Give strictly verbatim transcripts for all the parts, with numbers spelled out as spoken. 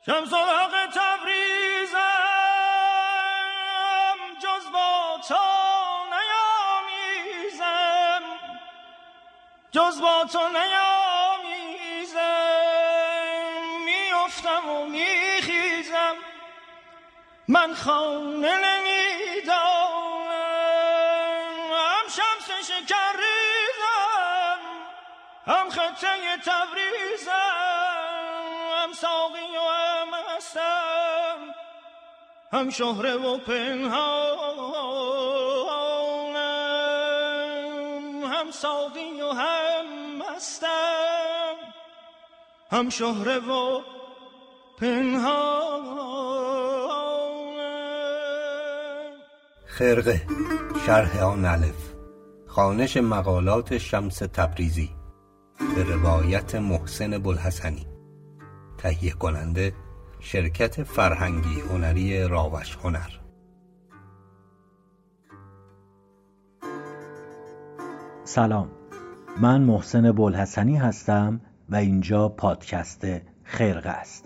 شمس الحق تبریزم جز با تو نیامیزم، جز با تو نیامیزم، میافتم و میخیزم، من خانه نمیدانم، هم شمس شکر ریزم، هم خطه تبریزم، هم ساقی و هم هستم، هم شهره و پنهانم، هم ساقی و هم هستم، هم شهره و پنهانم. خرقه، شرح آن الف، خوانش مقالات شمس تبریزی به روایت محسن بوالحسنی، تهیه کننده شرکت فرهنگی هنری راوش هنر. سلام، من محسن بوالحسنی هستم و اینجا پادکست خرقه است.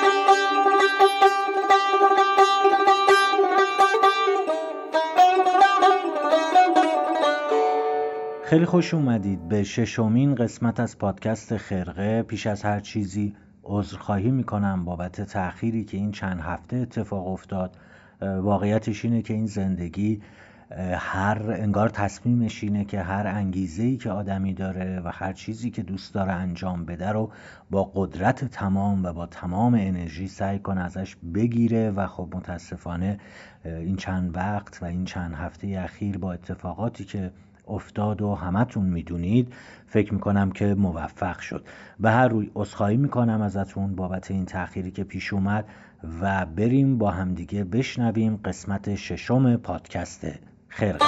خیلی خوش اومدید به ششمین قسمت از پادکست خرقه. پیش از هر چیزی عذرخواهی میکنم بابت تأخیری که این چند هفته اتفاق افتاد. واقعیتش اینه که این زندگی هر انگار تصمیمش اینه که هر انگیزه‌ای که آدمی داره و هر چیزی که دوست داره انجام بده رو با قدرت تمام و با تمام انرژی سعی کنه ازش بگیره و خب متاسفانه این چند وقت و این چند هفته اخیر با اتفاقاتی که افتاد و همتون میدونید فکر میکنم که موفق شد. به هر روی عذرخواهی میکنم ازتون بابت این تأخیری که پیش اومد و بریم با همدیگه بشنویم قسمت ششم پادکست خرقه.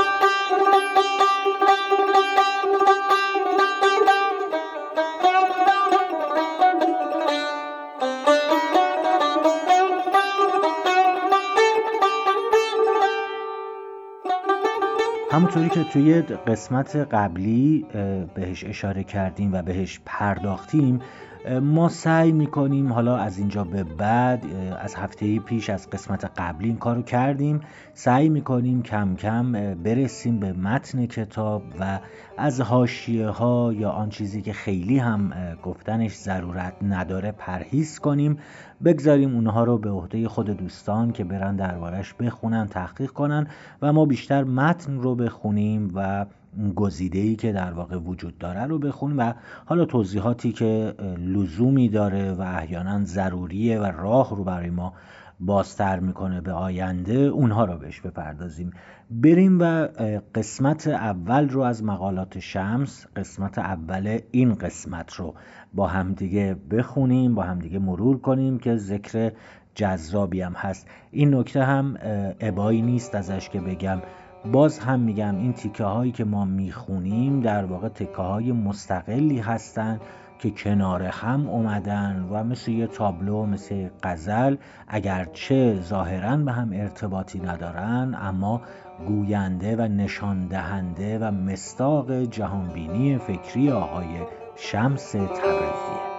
همونطوری که توی قسمت قبلی بهش اشاره کردیم و بهش پرداختیم، ما سعی میکنیم حالا از اینجا به بعد، از هفته پیش از قسمت قبلی این کارو کردیم، سعی میکنیم کم کم برسیم به متن کتاب و از حاشیه ها یا آن چیزی که خیلی هم گفتنش ضرورت نداره پرهیز کنیم، بگذاریم اونها رو به عهده خود دوستان که برن دربارش بخونن، تحقیق کنن و ما بیشتر متن رو بخونیم و گزیده‌ای که در واقع وجود داره رو بخونیم و حالا توضیحاتی که لزومی داره و احیانا ضروریه و راه رو برای ما بازتر میکنه به آینده، اونها رو بهش بپردازیم. بریم و قسمت اول رو از مقالات شمس، قسمت اول این قسمت رو با همدیگه بخونیم، با همدیگه مرور کنیم که ذکر جذابی هم هست. این نکته هم ابایی نیست ازش که بگم، باز هم میگم این تیکه هایی که ما میخونیم در واقع تیکه های مستقلی هستن که کنار هم اومدن و مثل یه تابلو، مثل غزل، اگرچه ظاهراً به هم ارتباطی ندارن اما گوینده و نشان دهنده و مصداق جهانبینی فکری آقای شمس تبریزیه.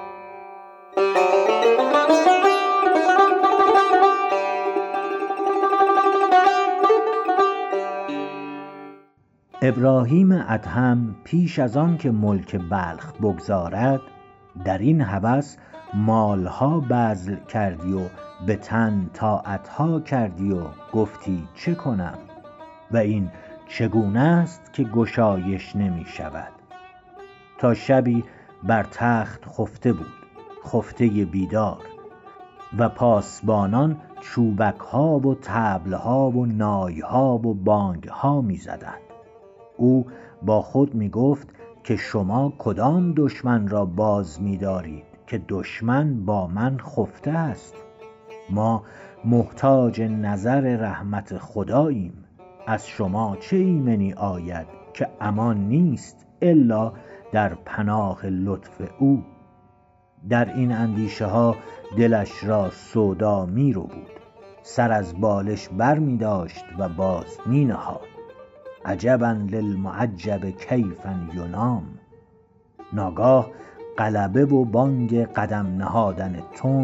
ابراهیم ادهم پیش از آن که ملک بلخ بگذارد، در این هوس مالها بذل کردی و به تن طاعتها کردی و گفتی چه کنم و این چگونه است که گشایش نمی شود. تا شبی بر تخت خفته بود، خفته بیدار، و پاسبانان چوبک ها و طبل ها و نای ها و بانگ ها می زدند. او با خود می گفت که شما کدام دشمن را باز می دارید که دشمن با من خفته است. ما محتاج نظر رحمت خداییم، از شما چه ایمنی آید که امان نیست الا در پناه لطف او. در این اندیشه ها دلش را سودا می رو بود، سر از بالش بر می داشت و باز می نهاد. عجبا للمعجب کیفا ینام. ناگاه غلبه و بانگ قدم نهادن تند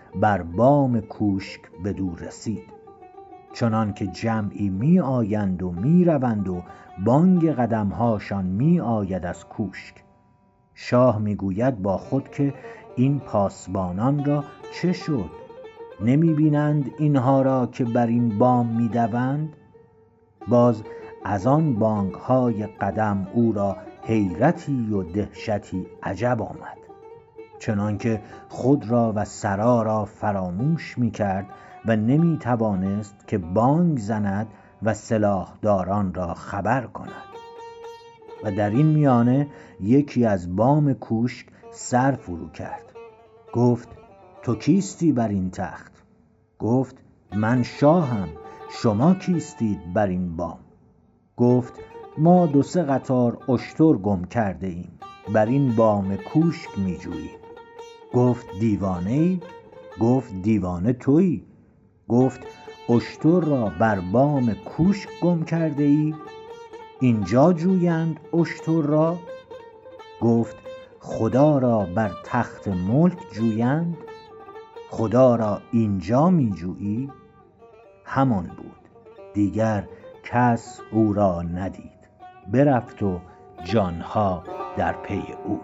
بر بام کوشک بدو رسید. چنان که جمعی می آیند و می روند و بانگ قدمهاشان می آید از کوشک. شاه می گوید با خود که این پاسبانان را چه شد؟ نمی بینند اینها را که بر این بام می دوند؟ باز از آن بانگ های قدم او را حیرتی و دهشتی عجب آمد، چنان که خود را و سرا را فراموش می کرد و نمی توانست که بانگ زند و سلاحداران را خبر کند. و در این میانه یکی از بام کوشک سر فرو کرد. گفت تو کیستی بر این تخت؟ گفت من شاهم، شما کیستید بر این بام؟ گفت ما دو سه قطار اشتر گم کرده ایم، بر این بام کوشک می جوییم. گفت دیوانه ای؟ گفت دیوانه تویی. گفت اشتر را بر بام کوشک گم کرده ای؟ اینجا جویند اشتر را؟ گفت خدا را بر تخت ملک جویند؟ خدا را اینجا می جویی؟ همان بود، دیگر کس او را ندید. برفت و جانها در پی او.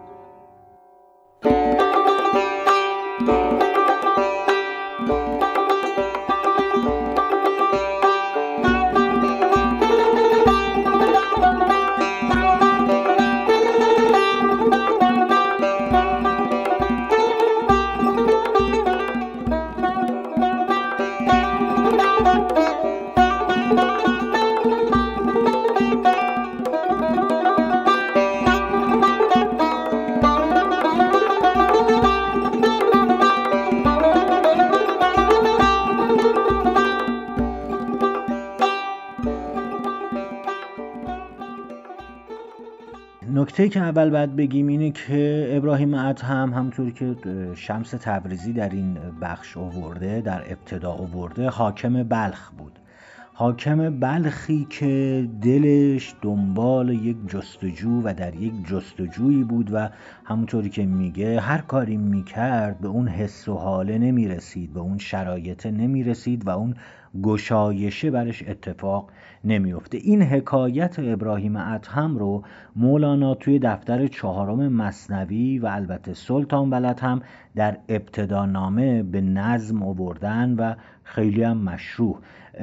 نکته که اول باید بگیم اینه که ابراهیم ادهم همونطور که شمس تبریزی در این بخش آورده، در ابتدا آورده، حاکم بلخ بود. حاکم بلخی که دلش دنبال یک جستجو و در یک جستجویی بود و همونطوری که میگه هر کاری میکرد به اون حس و حاله نمیرسید، به اون شرایط نمیرسید و اون گشایشه برش اتفاق نمیفته. این حکایت ابراهیم ادهم رو مولانا توی دفتر چهارم مثنوی و البته سلطان ولد هم در ابتدانامه به نظم آوردن و خیلی هم مشروع.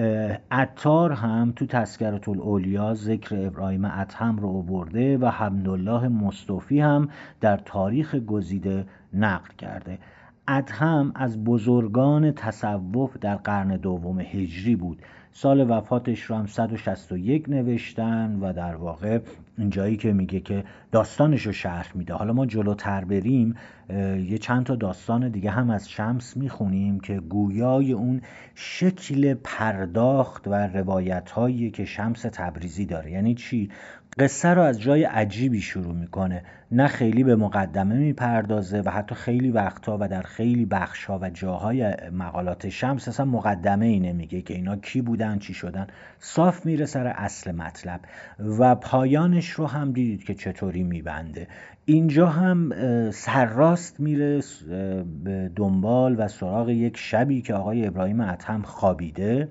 عطار هم تو تذکرة الاولیا ذکر ابراهیم ادهم رو آورده و حمدالله مصطفی هم در تاریخ گزیده نقل کرده. ادهم از بزرگان تصوف در قرن دوم هجری بود. سال وفاتش رو هم صد و شصت و یک نوشتن و در واقع اینجایی که میگه که داستانش رو شرح میده. حالا ما جلوتر بریم یه چند تا داستان دیگه هم از شمس میخونیم که گویای اون شکل پرداخت و روایت هایی که شمس تبریزی داره. یعنی چی؟ قصه رو از جای عجیبی شروع میکنه، نه خیلی به مقدمه میپردازه و حتی خیلی وقتها و در خیلی بخشها و جاهای مقالات شمس اصلا مقدمه ای نمیگه که اینا کی بودن چی شدن، صاف میره سر اصل مطلب و پایانش رو هم دیدید که چطوری میبنده. اینجا هم سرراست میره به دنبال و سراغ یک شبی که آقای ابراهیم ادهم خوابیده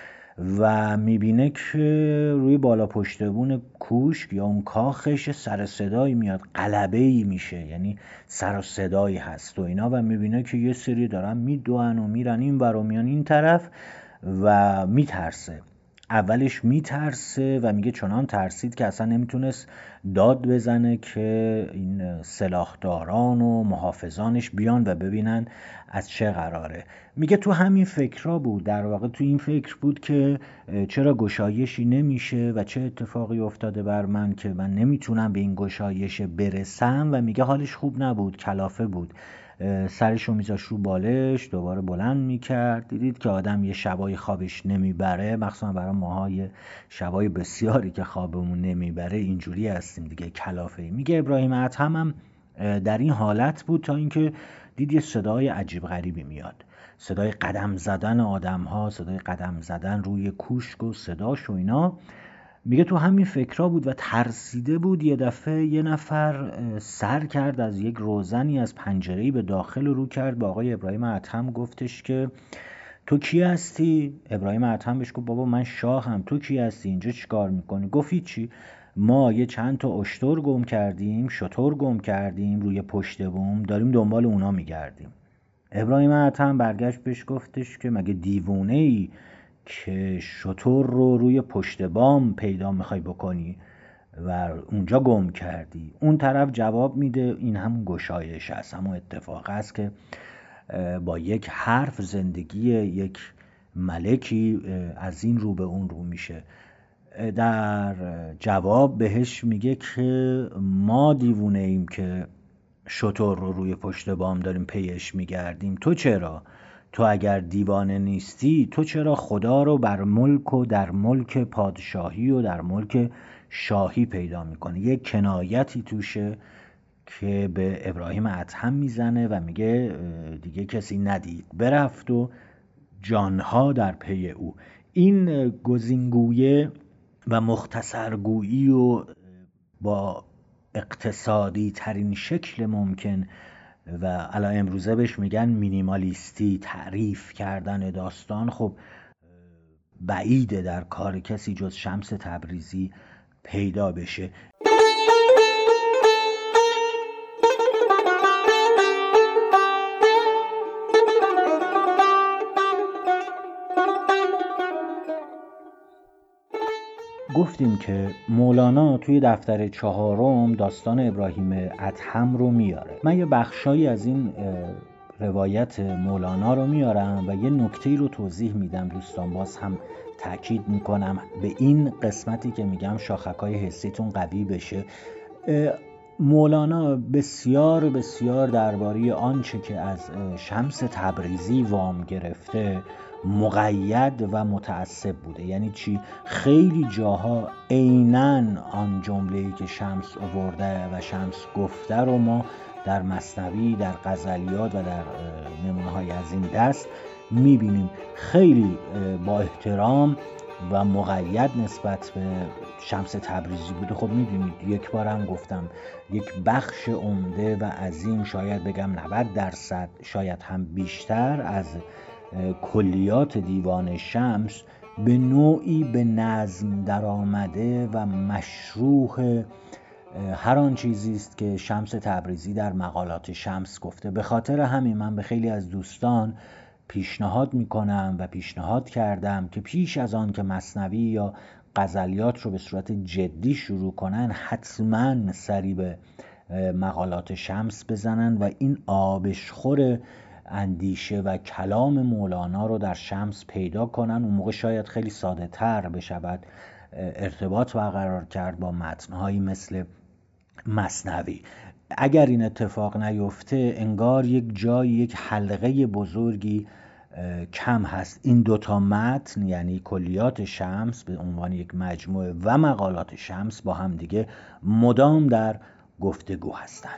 و میبینه که روی بالا پشتبون کوشک یا اون کاخش سر صدایی میاد، غلبه‌ای میشه، یعنی سر صدایی هست و اینا و میبینه که یه سری دارن میدوئن و میرن این ور و میان این طرف و میترسه. اولش میترسه و میگه چنان ترسید که اصلا نمیتونست داد بزنه که این سلاحداران و محافظانش بیان و ببینن از چه قراره. میگه تو همین فکرها بود، در واقع تو این فکر بود که چرا گشایشی نمیشه و چه اتفاقی افتاده بر من که من نمیتونم به این گشایش برسم و میگه حالش خوب نبود، کلافه بود. سرشو میذاش رو بالش، دوباره بلند میکرد. دیدید که آدم یه شبای خوابش نمیبره، مخصوصا برای ماهای شبای بسیاری که خوابمون نمیبره اینجوری هستیم دیگه، کلافه. میگه ابراهیم ادهم هم در این حالت بود تا اینکه دید یه صدای عجیب غریبی میاد، صدای قدم زدن آدم ها، صدای قدم زدن روی کوشک و صداش و اینا. میگه تو همین فکرها بود و ترسیده بود. یه دفعه یه نفر سر کرد از یک روزنی از پنجره‌ای به داخل رو کرد با آقای ابراهیم ادهم، گفتش که تو کی هستی؟ ابراهیم ادهم بهش گفت بابا من شاهم، تو کی هستی؟ اینجا چیکار میکنی؟ گفت هیچی، ما یه چند تا اشتر گم کردیم، شتر گم کردیم روی پشت بوم، داریم دنبال اونا میگردیم. ابراهیم ادهم برگشت بهش گفتش که مگه دیوونه ای که شتر رو روی پشت بام پیدا میخوای بکنی و اونجا گم کردی؟ اون طرف جواب میده این همون گشایش است، همون اتفاق است که با یک حرف زندگی یک ملکی از این رو به اون رو میشه. در جواب بهش میگه که ما دیوونه ایم که شتر رو روی پشت بام داریم پیش میگردیم، تو چرا؟ تو اگر دیوانه نیستی تو چرا خدا رو بر ملک و در ملک پادشاهی و در ملک شاهی پیدا میکنی؟ یک کنایتی توشه که به ابراهیم ادهم میزنه و میگه دیگه کسی ندید، برفت و جانها در پی او. این گزینگویه و مختصرگویی و با اقتصادی ترین شکل ممکن و الان امروزه بهش میگن مینیمالیستی تعریف کردن داستان، خب بعیده در کار کسی جز شمس تبریزی پیدا بشه. گفتیم که مولانا توی دفتر چهارم داستان ابراهیم ادهم رو میاره. من یه بخشایی از این روایت مولانا رو میارم و یه نکته‌ای رو توضیح میدم دوستان، باز هم تأکید میکنم به این قسمتی که میگم شاخکای حسیتون قوی بشه. مولانا بسیار بسیار درباره آنچه که از شمس تبریزی وام گرفته مقید و متعصب بوده. یعنی چی؟ خیلی جاها عیناً آن جمله‌ای که شمس آورده و شمس گفته رو ما در مثنوی، در غزلیات و در نمونه‌های از این دست میبینیم. خیلی با احترام و مقید نسبت به شمس تبریزی بوده. خب میدونید یک بارم گفتم یک بخش عمده و عظیم، شاید بگم نود درصد شاید هم بیشتر از کلیات دیوان شمس به نوعی به نظم در آمده و مشروح هر آن چیزی است که شمس تبریزی در مقالات شمس گفته. به خاطر همین من به خیلی از دوستان پیشنهاد میکنم و پیشنهاد کردم که پیش از آن که مثنوی یا غزلیات رو به صورت جدی شروع کنن حتما سری به مقالات شمس بزنن و این آبشخور اندیشه و کلام مولانا رو در شمس پیدا کنن. اون موقع شاید خیلی ساده تر بشود ارتباط برقرار کرد با متنهایی مثل مثنوی. اگر این اتفاق نیفته انگار یک جای یک حلقه بزرگی کم هست. این دوتا متن یعنی کلیات شمس به عنوان یک مجموعه و مقالات شمس با هم دیگه مدام در گفتگو هستند.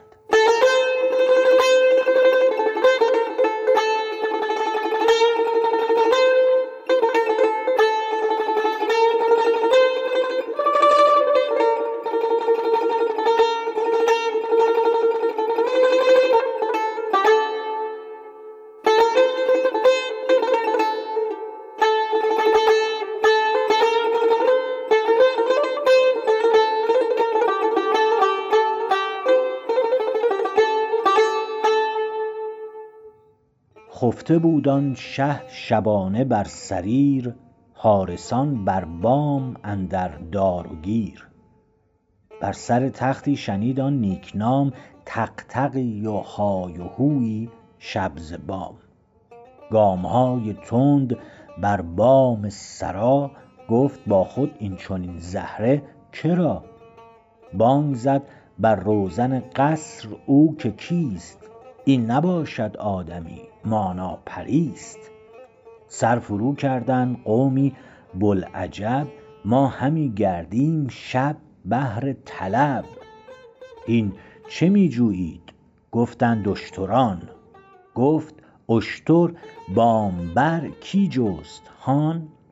خفته بودان شه شبانه بر سریر، حارسان بر بام اندر دار و گیر. بر سر تختی شنید آن نیکنام، تق تقی و های و هویی شب ز بام. گامهای تند بر بام سرا، گفت با خود این چنین زهره کرا. بانگ زد بر روزن قصر او که کیست، این نباشد آدمی مانا پریست. سر فرو کردند قومی بوالعجب، ما همی گردیم شب بهر طلب. این چه می جویید؟ گفتند اشتران. گفت اشتر بامبر کی جست هان.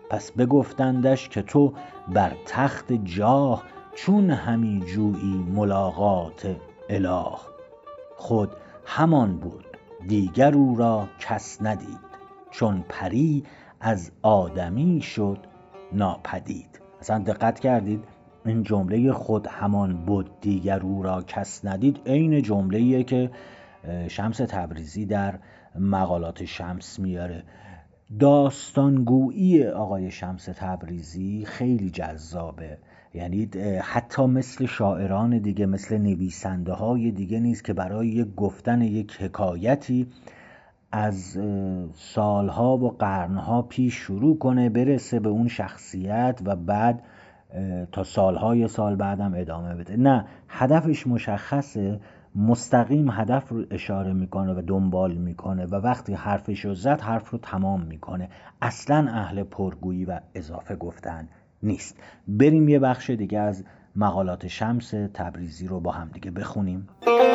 پس بگفتندش که تو بر تخت جاه چون همی جویی ملاقات اله. خود همان بود دیگر او را کس ندید، چون پری از آدمی شد ناپدید. اصلا دقت کردید این جمله خود همان بود دیگر او را کس ندید عین جمله‌ایه که شمس تبریزی در مقالات شمس میاره. داستانگویی آقای شمس تبریزی خیلی جذابه، یعنی حتی مثل شاعران دیگه، مثل نویسنده های دیگه نیست که برای گفتن یک حکایتی از سالها و قرنها پیش شروع کنه برسه به اون شخصیت و بعد تا سالهای سال بعدم ادامه بده. نه، هدفش مشخصه، مستقیم هدف رو اشاره میکنه و دنبال میکنه و وقتی حرفش رو زد حرف رو تمام میکنه. اصلا اهل پرگویی و اضافه گفتن نیست. بریم یه بخش دیگه از مقالات شمس تبریزی رو با هم دیگه بخونیم.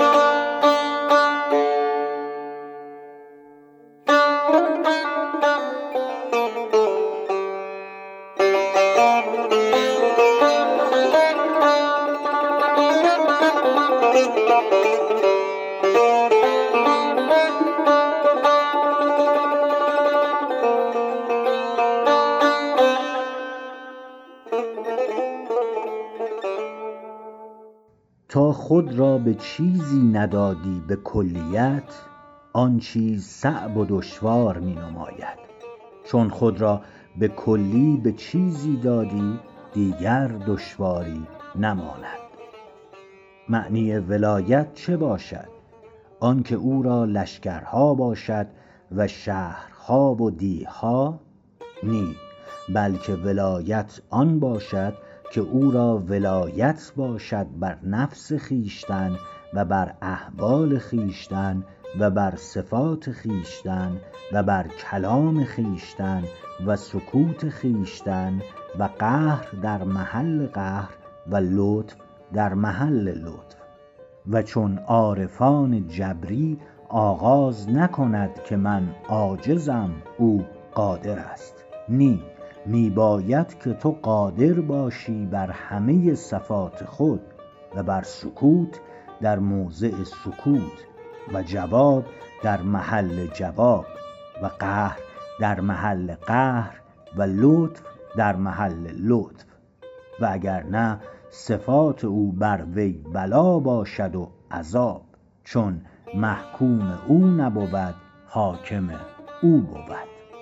تا خود را به چیزی ندادی به کلیت، آن چیز صعب و دشوار می نماید. چون خود را به کلی به چیزی دادی، دیگر دشواری نماند. معنی ولایت چه باشد؟ آن که او را لشکرها باشد و شهرها و دیها؟ نی، بلکه ولایت آن باشد که او را ولایت باشد بر نفس خویشتن و بر احوال خویشتن و بر صفات خویشتن و بر کلام خویشتن و سکوت خویشتن و قهر در محل قهر و لطف در محل لطف. و چون عارفان جبری آغاز نکند که من عاجزم او قادر است. نی، می باید که تو قادر باشی بر همه صفات خود و بر سکوت در موضع سکوت و جواب در محل جواب و قهر در محل قهر و لطف در محل لطف. و اگر نه صفات او بر وی بلا باشد و عذاب، چون محکوم او نبود حاکم او بود.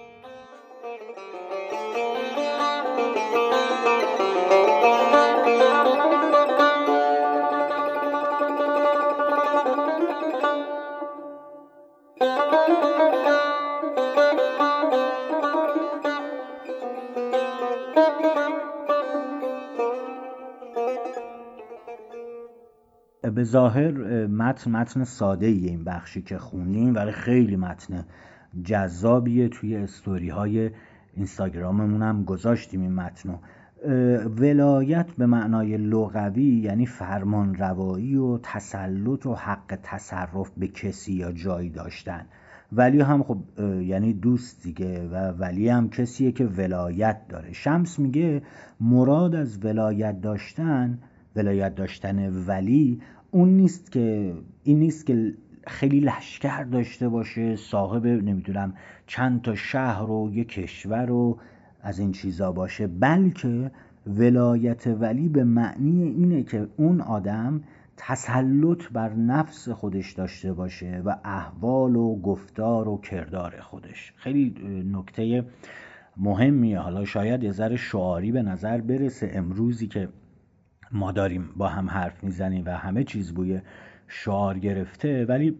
به ظاهر متن متن ساده ای این بخشی که خوندیم، ولی خیلی متن جذابیه. توی استوری های اینستاگراممون هم گذاشتیم این متنو. ولایت به معنای لغوی یعنی فرمان روایی و تسلط و حق تصرف به کسی یا جایی داشتن. ولی هم خب یعنی دوست دیگه، و ولی هم کسیه که ولایت داره. شمس میگه مراد از ولایت داشتن، ولایت داشتن ولی اون نیست که این نیست که خیلی لشکر داشته باشه، صاحب نمیدونم چند تا شهر و یک کشور و از این چیزا باشه، بلکه ولایت ولی به معنی اینه که اون آدم تسلط بر نفس خودش داشته باشه و احوال و گفتار و کردار خودش. خیلی نکته مهمیه. حالا شاید یه ذره شعاری به نظر برسه امروزی که ما داریم با هم حرف میزنیم و همه چیز بوی شعار گرفته، ولی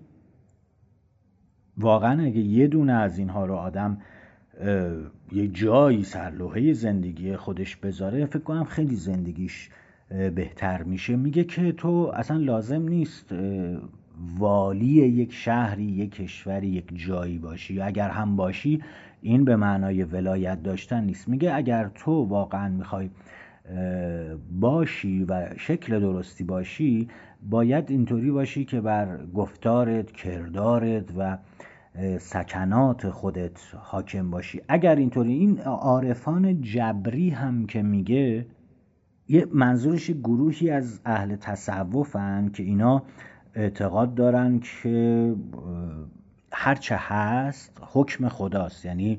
واقعا اگه یه دونه از اینها رو آدم یه جایی سرلوحه زندگی خودش بذاره، فکر کنم خیلی زندگیش بهتر میشه. میگه که تو اصلا لازم نیست والی یک شهری، یک کشوری، یک جایی باشی. اگر هم باشی این به معنای ولایت داشتن نیست. میگه اگر تو واقعا میخوای باشی و شکل درستی باشی، باید اینطوری باشی که بر گفتارت، کردارت و سکنات خودت حاکم باشی. اگر اینطوری، این عارفان جبری هم که میگه، یه منظورش گروهی از اهل تصوفن که اینا اعتقاد دارن که هرچه هست حکم خداست، یعنی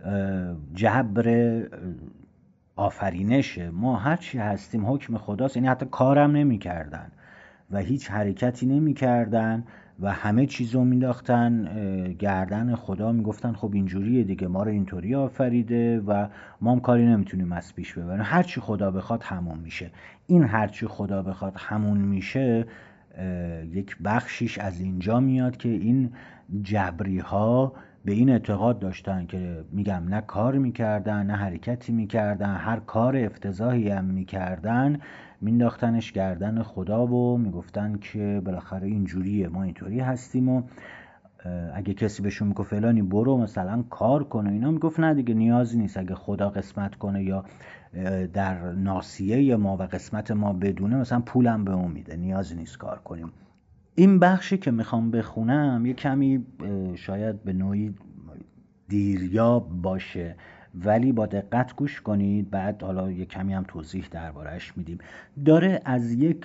جبر آفرینشه، ما هرچی هستیم حکم خداست، یعنی حتی کارم نمی کردن و هیچ حرکتی نمی کردن و همه چیزو مینداختن گردن خدا، میگفتن خب اینجوریه دیگه، ما رو اینطوری آفریده و ما هم کاری نمیتونیم از پیش ببریم، هرچی خدا بخواد همون میشه. این هرچی خدا بخواد همون میشه یک بخشیش از اینجا میاد که این جبری ها به این اعتقاد داشتن که میگم نه کار میکردن نه حرکتی میکردن، هر کار افتضاحی هم میکردن مینداختنش گردن خدا و میگفتن که بالاخره اینجوریه، ما اینطوری هستیم. و اگه کسی بهشون میگفت فلانی برو مثلا کار کنه، اینا میگفت نه دیگه نیازی نیست، اگه خدا قسمت کنه یا در ناصیه ما و قسمت ما بدونه مثلا پولم به اون میده، نیازی نیست کار کنیم. این بخشی که میخوام بخونم یه کمی شاید به نوعی دیریاب باشه ولی با دقت گوش کنید، بعد حالا یه کمی هم توضیح درباره‌اش میدیم. داره از یک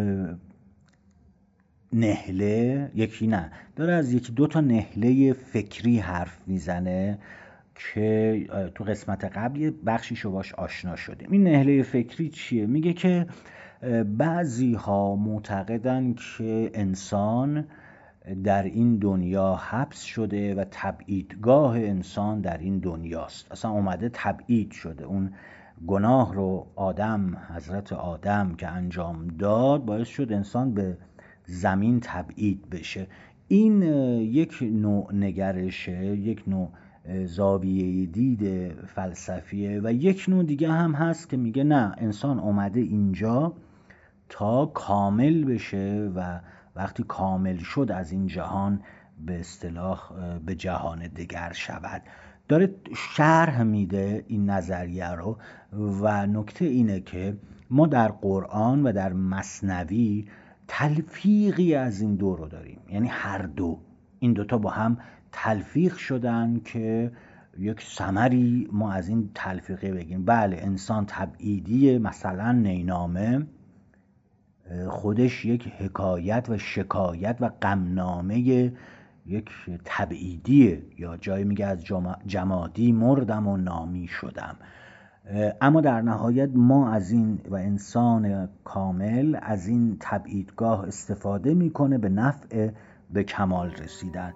نهله، یکی نه، داره از یکی دو تا نهله فکری حرف میزنه که تو قسمت قبل یه بخشیشو باش آشنا شدیم. این نهله فکری چیه؟ میگه که بعضی ها معتقدن که انسان در این دنیا حبس شده و تبعیدگاه انسان در این دنیاست، اصلا اومده تبعید شده، اون گناه رو آدم حضرت آدم که انجام داد باعث شد انسان به زمین تبعید بشه. این یک نوع نگرشه، یک نوع زاویه دید فلسفیه و یک نوع دیگه هم هست که میگه نه، انسان اومده اینجا تا کامل بشه و وقتی کامل شد از این جهان به اصطلاح به جهان دیگر شود. داره شرح میده این نظریه رو و نکته اینه که ما در قرآن و در مثنوی تلفیقی از این دو رو داریم، یعنی هر دو این دوتا با هم تلفیق شدن که یک ثمری ما از این تلفیقه بگیم. بله انسان تبعیدیه، مثلا نینامه خودش یک حکایت و شکایت و غمنامه یک تبعیدیه، یا جایی میگه از جمادی مردم و نامی شدم. اما در نهایت ما از این و انسان کامل از این تبعیدگاه استفاده میکنه به نفع به کمال رسیدن.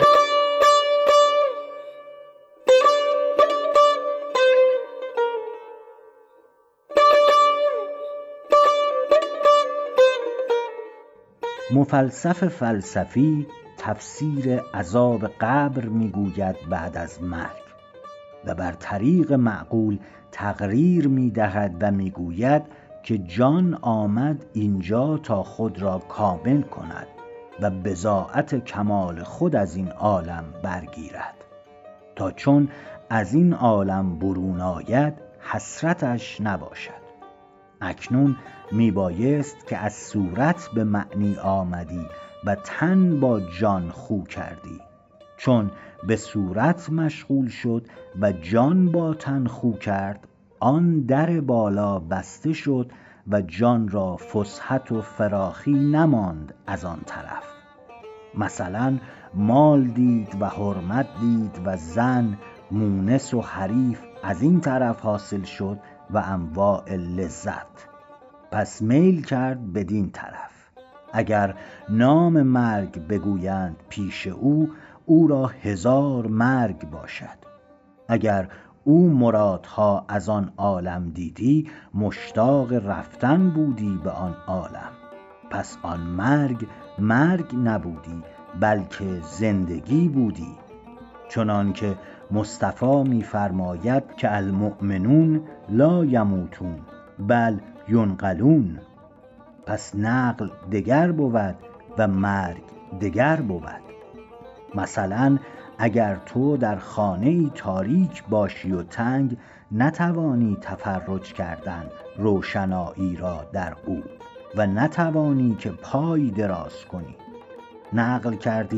مفلسف فلسفی تفسیر عذاب قبر میگوید بعد از مرگ و بر طریق معقول تقریر میدهد و میگوید که جان آمد اینجا تا خود را کامل کند و بضاعت کمال خود از این عالم برگیرد، تا چون از این عالم برون آید حسرتش نباشد. اکنون میبایست که از صورت به معنی آمدی و تن با جان خو کردی، چون به صورت مشغول شد و جان با تن خو کرد، آن در بالا بسته شد و جان را فسحت و فراخی نماند از آن طرف. مثلا مال دید و حرمت دید و زن مونس و حریف از این طرف حاصل شد و انواع لذت، پس میل کرد بدین طرف. اگر نام مرگ بگویند پیش او، او را هزار مرگ باشد. اگر او مرادها از آن عالم دیدی، مشتاق رفتن بودی به آن عالم، پس آن مرگ مرگ نبودی بلکه زندگی بودی. چنان که مصطفی می فرماید که المؤمنون لا یموتون بل ینقلون، پس نقل دگر بود و مرگ دگر بود. مثلا اگر تو در خانه تاریک باشی و تنگ، نتوانی تفرج کردن روشنایی را در او و نتوانی که پای دراز کنی. نقل کردی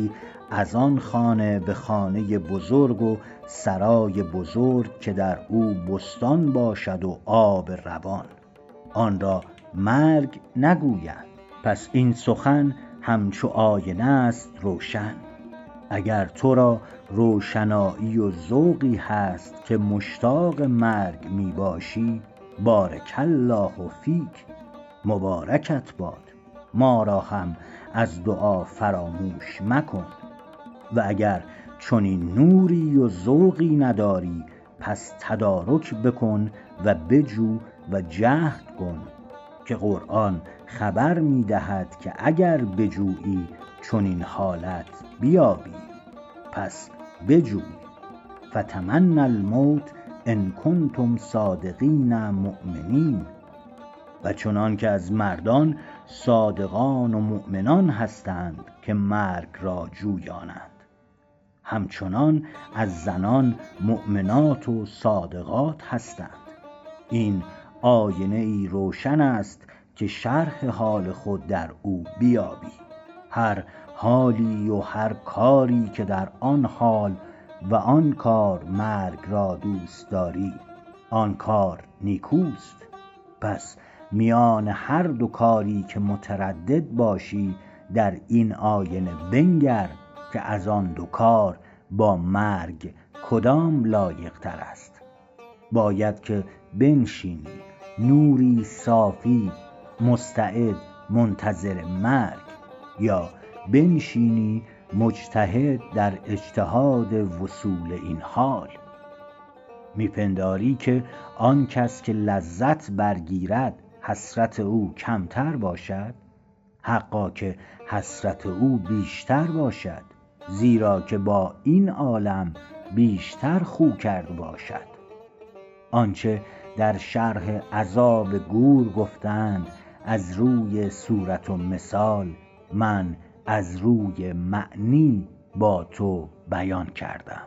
از آن خانه به خانه بزرگ و سرای بزرگ که در او بستان باشد و آب روان، آن را مرگ نگویند. پس این سخن همچو آینه است روشن. اگر تو را روشنایی و ذوقی هست که مشتاق مرگ می باشی، بارک الله فیک، مبارکت باد، ما را هم از دعا فراموش مکن. و اگر چنین نوری و ذوقی نداری، پس تدارک بکن و بجو و جهد کن که قرآن خبر می دهد که اگر بجویی چنین حالت بیابی. پس بجوی. فتمنوا الموت ان کنتم صادقین مؤمنین. و چنان که از مردان صادقان و مؤمنان هستند که مرگ را جویانند، همچنان از زنان مؤمنات و صادقات هستند. این آینه ای روشن است که شرح حال خود در او بیابی. هر حالی و هر کاری که در آن حال و آن کار مرگ را دوست داری، آن کار نیکوست. پس میان هر دو کاری که متردد باشی، در این آینه بنگر که از آن دو کار با مرگ کدام لایق تر است. باید که بنشینی نوری صافی مستعد منتظر مرگ، یا بنشینی مجتهد در اجتهاد وصول این حال. میپنداری که آن کس که لذت برگیرد حسرت او کمتر باشد؟ حقا که حسرت او بیشتر باشد، زیرا که با این عالم بیشتر خو کرد باشد. آنچه در شرح عذاب گور گفتند از روی صورت و مثال، من از روی معنی با تو بیان کردم.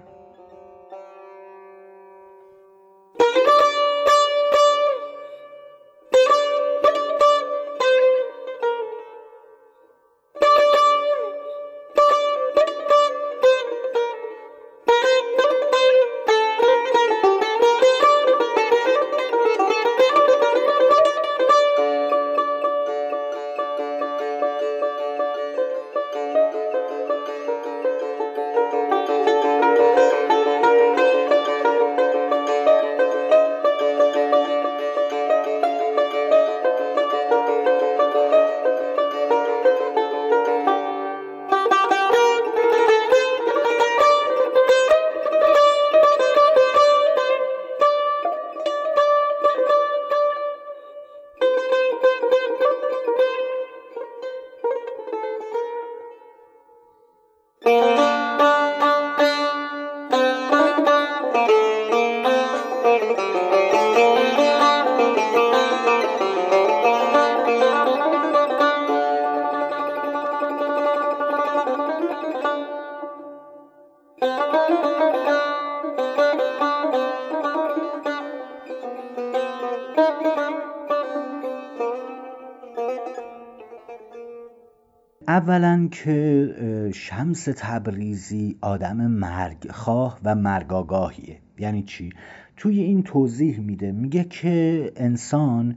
اولا که شمس تبریزی آدم مرگ خواه و مرگ آگاهیه. یعنی چی؟ توی این توضیح میده، میگه که انسان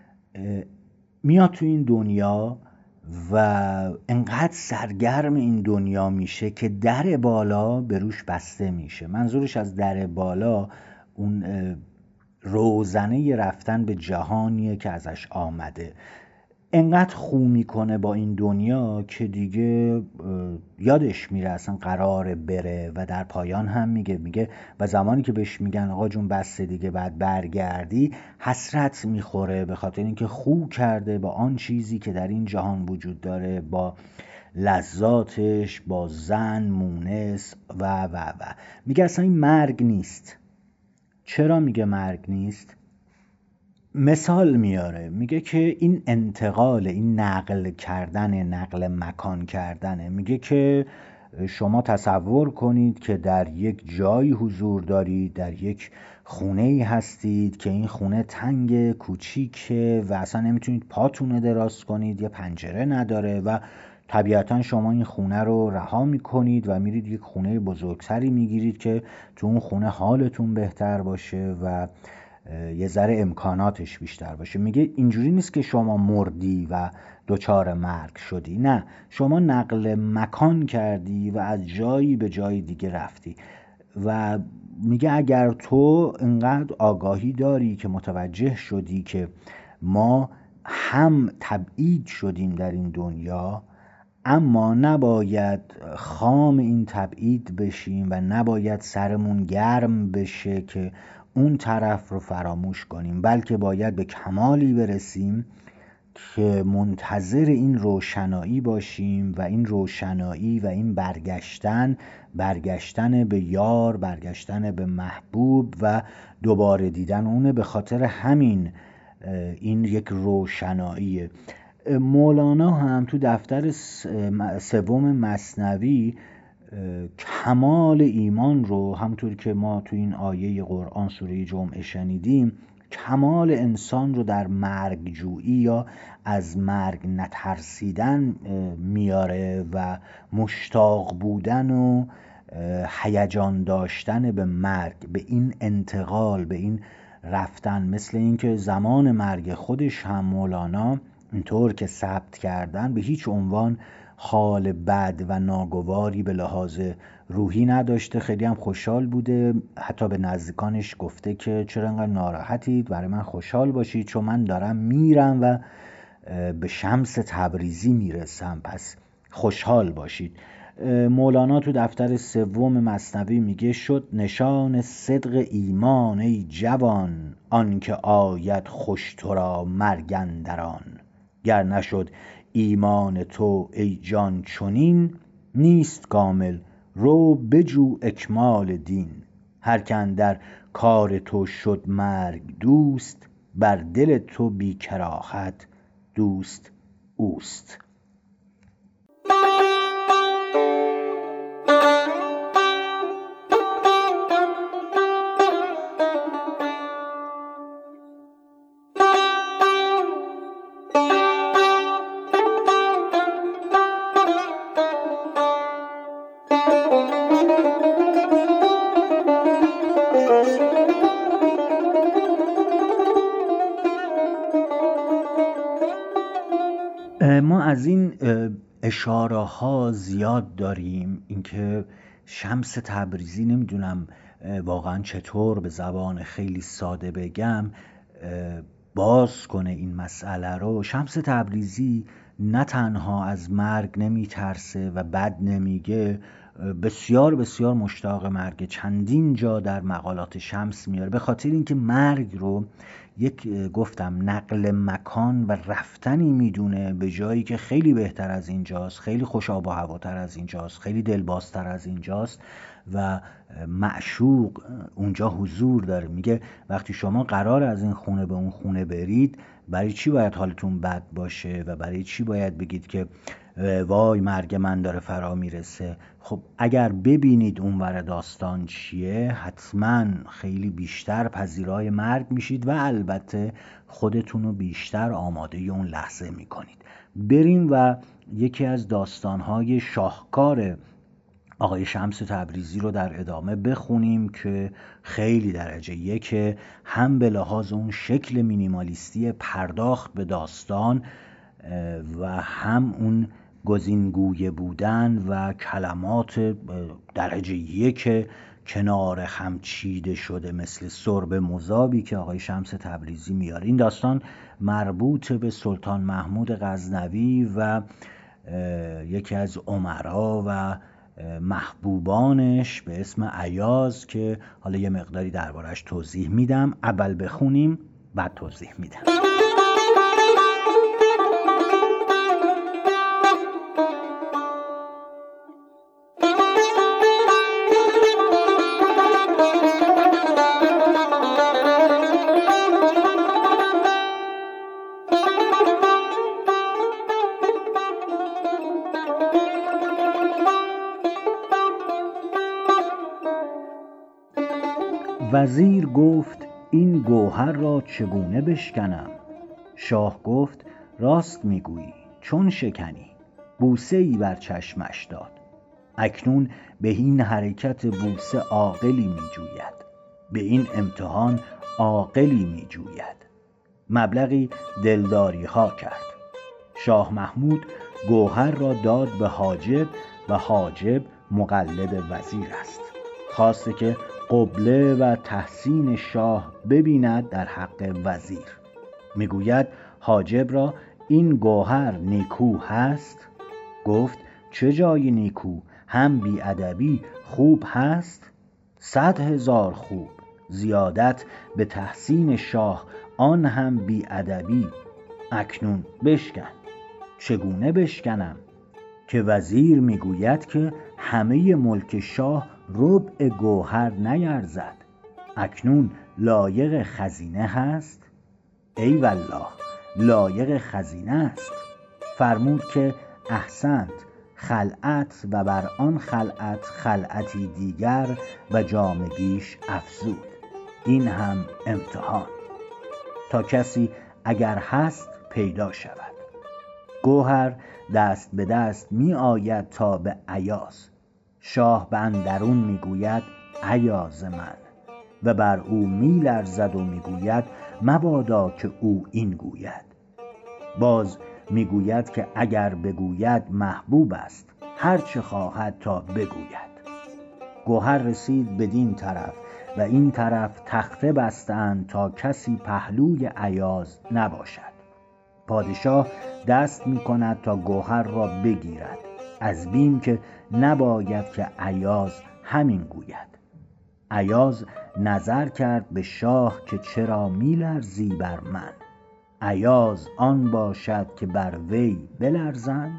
میاد توی این دنیا و انقدر سرگرم این دنیا میشه که در بالا به روش بسته میشه. منظورش از در بالا اون روزنه رفتن به جهانیه که ازش آمده. انقدر خو میکنه با این دنیا که دیگه یادش میره اصلا قراره بره. و در پایان هم میگه میگه و زمانی که بهش میگن آقا جون بسته دیگه بعد برگردی، حسرت میخوره به خاطر اینکه خو کرده با آن چیزی که در این جهان وجود داره، با لذاتش، با زن، مونس و و و میگه اصلا این مرگ نیست. چرا میگه مرگ نیست؟ مثال میاره، میگه که این انتقال، این نقل کردن، نقل مکان کردنه. میگه که شما تصور کنید که در یک جایی حضور دارید، در یک خونه‌ای هستید که این خونه تنگ، کوچیکه و اصلا نمیتونید پاتون دراز کنید، یه پنجره نداره و طبیعتا شما این خونه رو رها میکنید و میرید یک خونه بزرگتری میگیرید که تو اون خونه حالتون بهتر باشه و یه ذره امکاناتش بیشتر باشه. میگه اینجوری نیست که شما مردی و دچار مرگ شدی، نه، شما نقل مکان کردی و از جایی به جای دیگه رفتی. و میگه اگر تو انقدر آگاهی داری که متوجه شدی که ما هم تبعید شدیم در این دنیا، اما نباید خام این تبعید بشیم و نباید سرمون گرم بشه که اون طرف رو فراموش کنیم، بلکه باید به کمالی برسیم که منتظر این روشنایی باشیم و این روشنایی و این برگشتن برگشتن به یار، برگشتن به محبوب و دوباره دیدن اونه. به خاطر همین این یک روشناییه. مولانا هم تو دفتر سوم مثنوی کمال ایمان رو، همونطور که ما تو این آیه قرآن سوره جمعه شنیدیم، کمال انسان رو در مرگ جویی یا از مرگ نترسیدن میاره و مشتاق بودن و هیجان داشتن به مرگ، به این انتقال، به این رفتن. مثل اینکه زمان مرگ خودش هم مولانا اینطور که ثبت کردن به هیچ عنوان حال بد و ناگواری به لحاظ روحی نداشته، خیلی هم خوشحال بوده. حتی به نزدیکانش گفته که چرا انقدر ناراحتید، برای من خوشحال باشید چون من دارم میرم و به شمس تبریزی میرسم، پس خوشحال باشید. مولانا تو دفتر سوم مثنوی میگه شد نشان صدق ایمان ای جوان، آن که آید خوش تو را مرگ اندران. گر نشد ایمان تو ای جان چنین، نیست کامل رو بجو اکمال دین. هر که اندر کار تو شد مرگ دوست، بر دل تو بی کراهت دوست اوست. ما از این اشاره ها زیاد داریم، اینکه شمس تبریزی، نمیدونم واقعا چطور به زبان خیلی ساده بگم باز کنه این مسئله رو. شمس تبریزی نه تنها از مرگ نمی ترسه و بد نمیگه، بسیار بسیار مشتاق مرگ. چندین جا در مقالات شمس میاره، به خاطر اینکه مرگ رو یک گفتم نقل مکان و رفتنی میدونه به جایی که خیلی بهتر از اینجاست، خیلی خوش آب و هواتر از اینجاست، خیلی دلبازتر از اینجاست و معشوق اونجا حضور داره. میگه وقتی شما قرار از این خونه به اون خونه برید، برای چی باید حالتون بد باشه و برای چی باید بگید که وای مرگ من داره فرا میرسه؟ خب اگر ببینید اونور داستان چیه، حتما خیلی بیشتر پذیرای مرگ میشید و البته خودتون رو بیشتر آماده اون لحظه میکنید. بریم و یکی از داستانهای شاهکار آقای شمس تبریزی رو در ادامه بخونیم که خیلی درجه یکه، هم به لحاظ اون شکل مینیمالیستی پرداخت به داستان و هم اون گزینگوی بودن و کلمات درجه یک کنار هم چیده شده مثل سرب مذابی که آقای شمس تبریزی میاره. این داستان مربوط به سلطان محمود غزنوی و یکی از امرا و محبوبانش به اسم ایاز که حالا یه مقداری دربارش توضیح میدم. اول بخونیم بعد توضیح میدم. وزیر گفت این گوهر را چگونه بشکنم؟ شاه گفت راست میگویی، چون شکنی؟ بوسه‌ای بر چشمش داد. اکنون به این حرکت بوسه عاقلی می جوید، به این امتحان عاقلی می جوید. مبلغی دلداری ها کرد. شاه محمود گوهر را داد به حاجب و حاجب مقلد وزیر است. خواسته که قبله و تحسین شاه ببیند در حق وزیر. میگوید حاجب را این گوهر نیکو هست؟ گفت چه جای نیکو، هم بی ادبی خوب هست؟ صد هزار خوب، زیادت به تحسین شاه، آن هم بی ادبی. اکنون بشکن. چگونه بشکنم؟ که وزیر میگوید که همه ملک شاه ربع گوهر نیرزد. اکنون لایق خزینه هست؟ ای والله لایق خزینه است. فرمود که احسنت، خلعت و بر آن خلعت خلعتی دیگر و جامگیش افزود. این هم امتحان، تا کسی اگر هست پیدا شود. گوهر دست به دست می آید تا به ایاز. شاه به اندرون می گوید ایاز من، و بر او می لرزد و می گوید مبادا که او این گوید. باز می گوید که اگر بگوید محبوب است، هر چه خواهد تا بگوید. گوهر رسید بدین طرف و این طرف تخته بستند تا کسی پهلوی ایاز نباشد. پادشاه دست می کند تا گوهر را بگیرد، از بیم که نباید که ایاز همین گوید. ایاز نظر کرد به شاه که چرا می لرزی بر من؟ ایاز آن باشد که بر وی بلرزند؟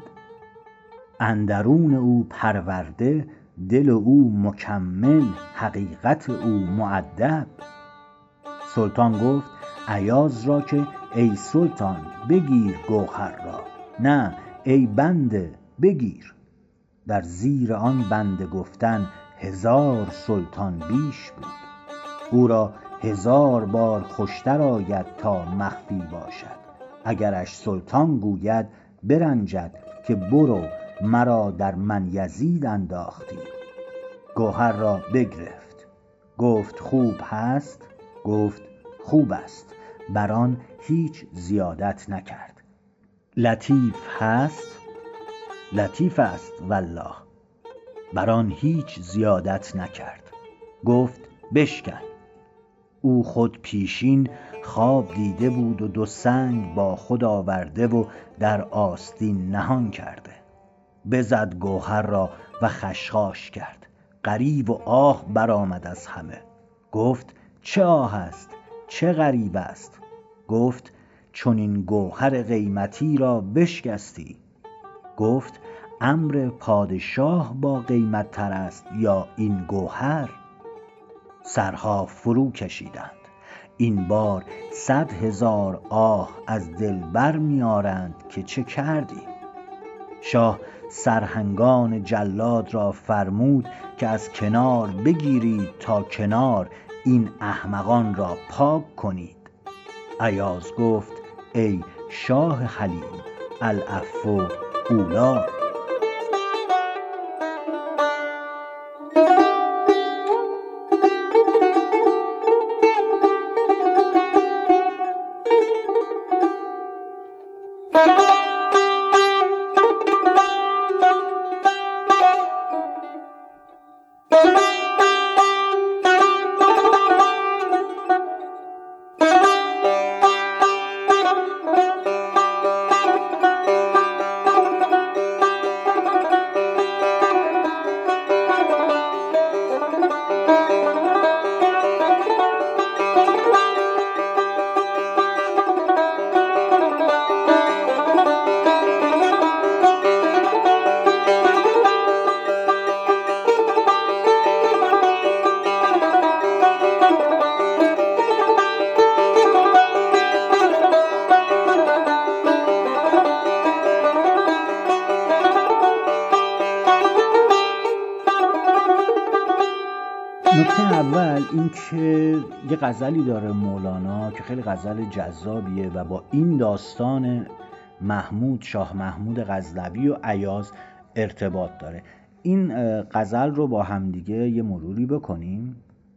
اندرون او پرورده، دل او مکمل، حقیقت او مؤدب. سلطان گفت ایاز را که ای سلطان بگیر گوهر را. نه ای بنده بگیر. در زیر آن بنده گفتن هزار سلطان بیش بود. او را هزار بار خوشتر آید تا مخفی باشد. اگرش سلطان گوید برنجد که برو مرا در من یزید انداختی. گوهر را بگرفت. گفت خوب هست؟ گفت خوب است. بر آن هیچ زیادت نکرد. لطیف هست؟ لطیف است والله. بر آن هیچ زیادت نکرد. گفت بشکن. او خود پیشین خواب دیده بود و دو سنگ با خود آورده و در آستین نهان کرده. بزد گوهر را و خشخاش کرد. غریو و آه برآمد از همه. گفت چه آه است؟ چه غریو است؟ گفت چون این گوهر قیمتی را بشکستی. گفت امر پادشاه با قیمت تر است یا این گوهر؟ سرها فرو کشیدند. این بار صد هزار آه از دل بر می آرند که چه کردیم. شاه سرهنگان جلاد را فرمود که از کنار بگیرید تا کنار این احمقان را پاک کنید. ایاز گفت ای شاه حلیم، العفو اولی. نکته اول این که یه غزلی داره مولانا که خیلی غزل جذابیه و با این داستان محمود، شاه محمود غزنوی و ایاز ارتباط داره. این غزل رو با همدیگه یه مروری بکنیم.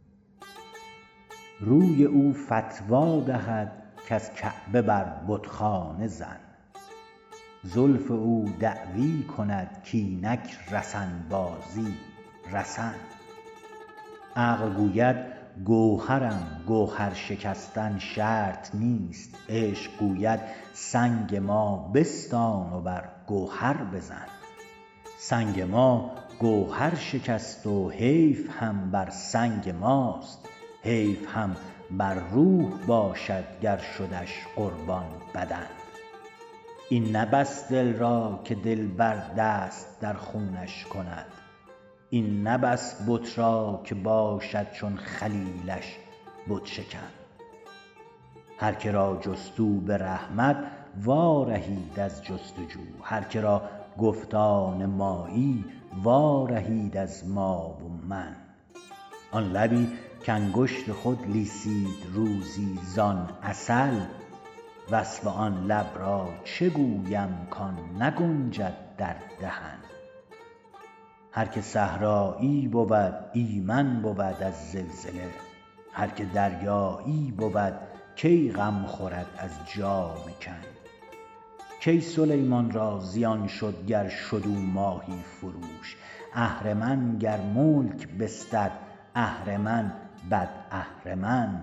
روی او فتوا دهد که از کعبه بر بتخانه زن، زلف او دعوی کند کینک رسن بازی رسن. عقل گوید گوهرم گوهر شکستن شرط نیست، عشق گوید سنگ ما بستان و بر گوهر بزن. سنگ ما گوهر شکست و حیف هم بر سنگ ماست، حیف هم بر روح باشد گر شدش قربان بدن. این نه بس دل را که دلبر دست در خونش کند، این نه بس بت را که باشد چون خلیلش بت شکن. هر که را جستو به رحمت وارهید از جستجو، هر که را گفتان مایی وارهید از ما و من. آن لبی کانگشت خود لیسید روزی زان عسل، وصف آن لب را چه گویم کان نگنجد در دهن. هر که صحرایی بود ایمن بود از زلزله، هر که دریایی بود کی غم خورد از جام کن. کی سلیمان را زیان شد گر شد او ماهی فروش، اهرمن گر ملک بستد اهرمن بد اهرمن.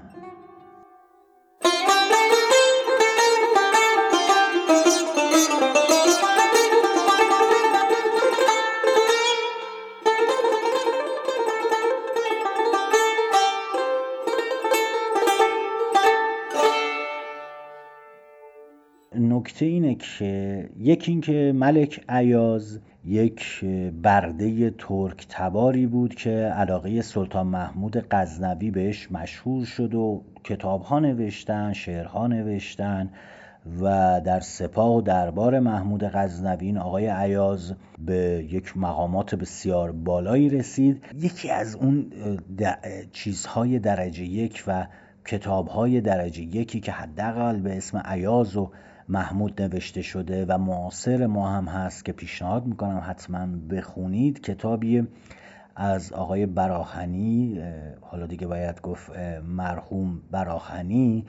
نکته اینه که یکی این که ملک ایاز یک برده ترک تباری بود که علاقه سلطان محمود غزنوی بهش مشهور شد و کتاب‌ها نوشتن، شعرها نوشتن و در سپاه و دربار محمود غزنوی این آقای ایاز به یک مقامات بسیار بالایی رسید. یکی از اون چیزهای درجه یک و کتاب‌های درجه یکی که حداقل به اسم ایاز و محمود نوشته شده و معاصر ما هم هست که پیشنهاد میکنم حتما بخونید، کتابی از آقای براهنی، حالا دیگه باید گفت مرحوم براهنی،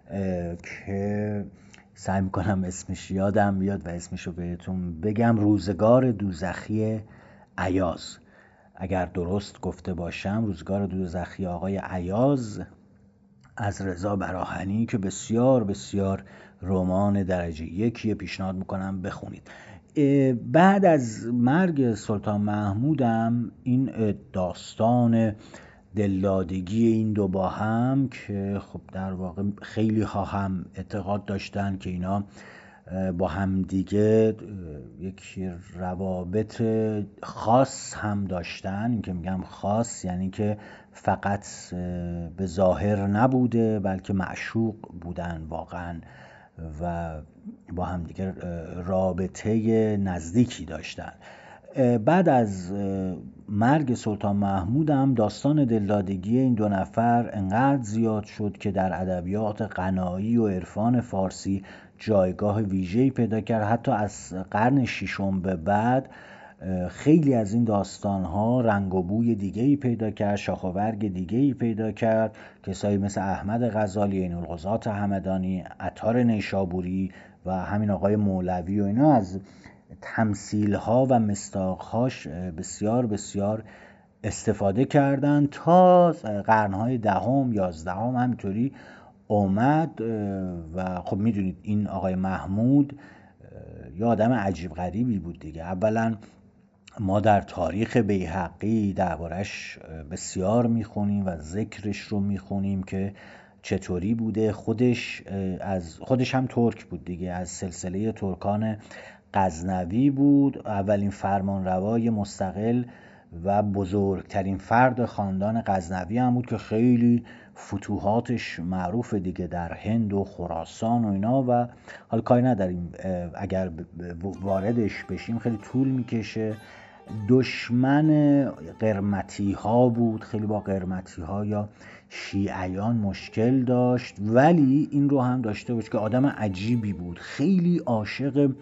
که سعی میکنم اسمش یادم بیاد و اسمشو بهتون بگم. روزگار دوزخی ایاز، اگر درست گفته باشم، روزگار دوزخی آقای ایاز از رضا براهنی که بسیار بسیار رمان درجه یکیه، پیشنهاد میکنم بخونید. بعد از مرگ سلطان محمودم این داستان دلدادگی این دو با هم که خب در واقع خیلی ها هم اعتقاد داشتن که اینا با هم دیگه یک روابط خاص هم داشتن. این که میگم خاص یعنی که فقط به ظاهر نبوده بلکه معشوق بودن واقعا و با هم دیگه رابطه نزدیکی داشتن. بعد از مرگ سلطان محمود هم داستان دلدادگی این دو نفر انقدر زیاد شد که در ادبیات غنایی و عرفان فارسی جایگاه ویژه‌ای پیدا کرد. حتی از قرن ششم به بعد خیلی از این داستان‌ها رنگ و بوی دیگه‌ای پیدا کرد، شاخ و برگ دیگه‌ای پیدا کرد. کسایی مثل احمد غزالی، عین القضات همدانی، عطار نیشابوری و همین آقای مولوی و اینا از تمثیل‌ها و مصداق‌هاش بسیار بسیار استفاده کردن تا قرن‌های دهم، یازدهم همینطوری اومد. و خب میدونید این آقای محمود یه آدم عجیب غریبی بود دیگه. اولا ما در تاریخ بیهقی دربارش بسیار میخونیم و ذکرش رو میخونیم که چطوری بوده. خودش از خودش هم ترک بود دیگه، از سلسله ترکان غزنوی بود. اولین فرمانروای مستقل و بزرگترین فرد خاندان غزنوی هم بود که خیلی فتوحاتش معروف دیگه در هند و خراسان و اینا. و حالا کاری نداریم اگر واردش بشیم خیلی طول میکشه. دشمن قرمطی ها بود، خیلی با قرمطی ها یا شیعیان مشکل داشت، ولی این رو هم داشته باش که آدم عجیبی بود، خیلی عاشق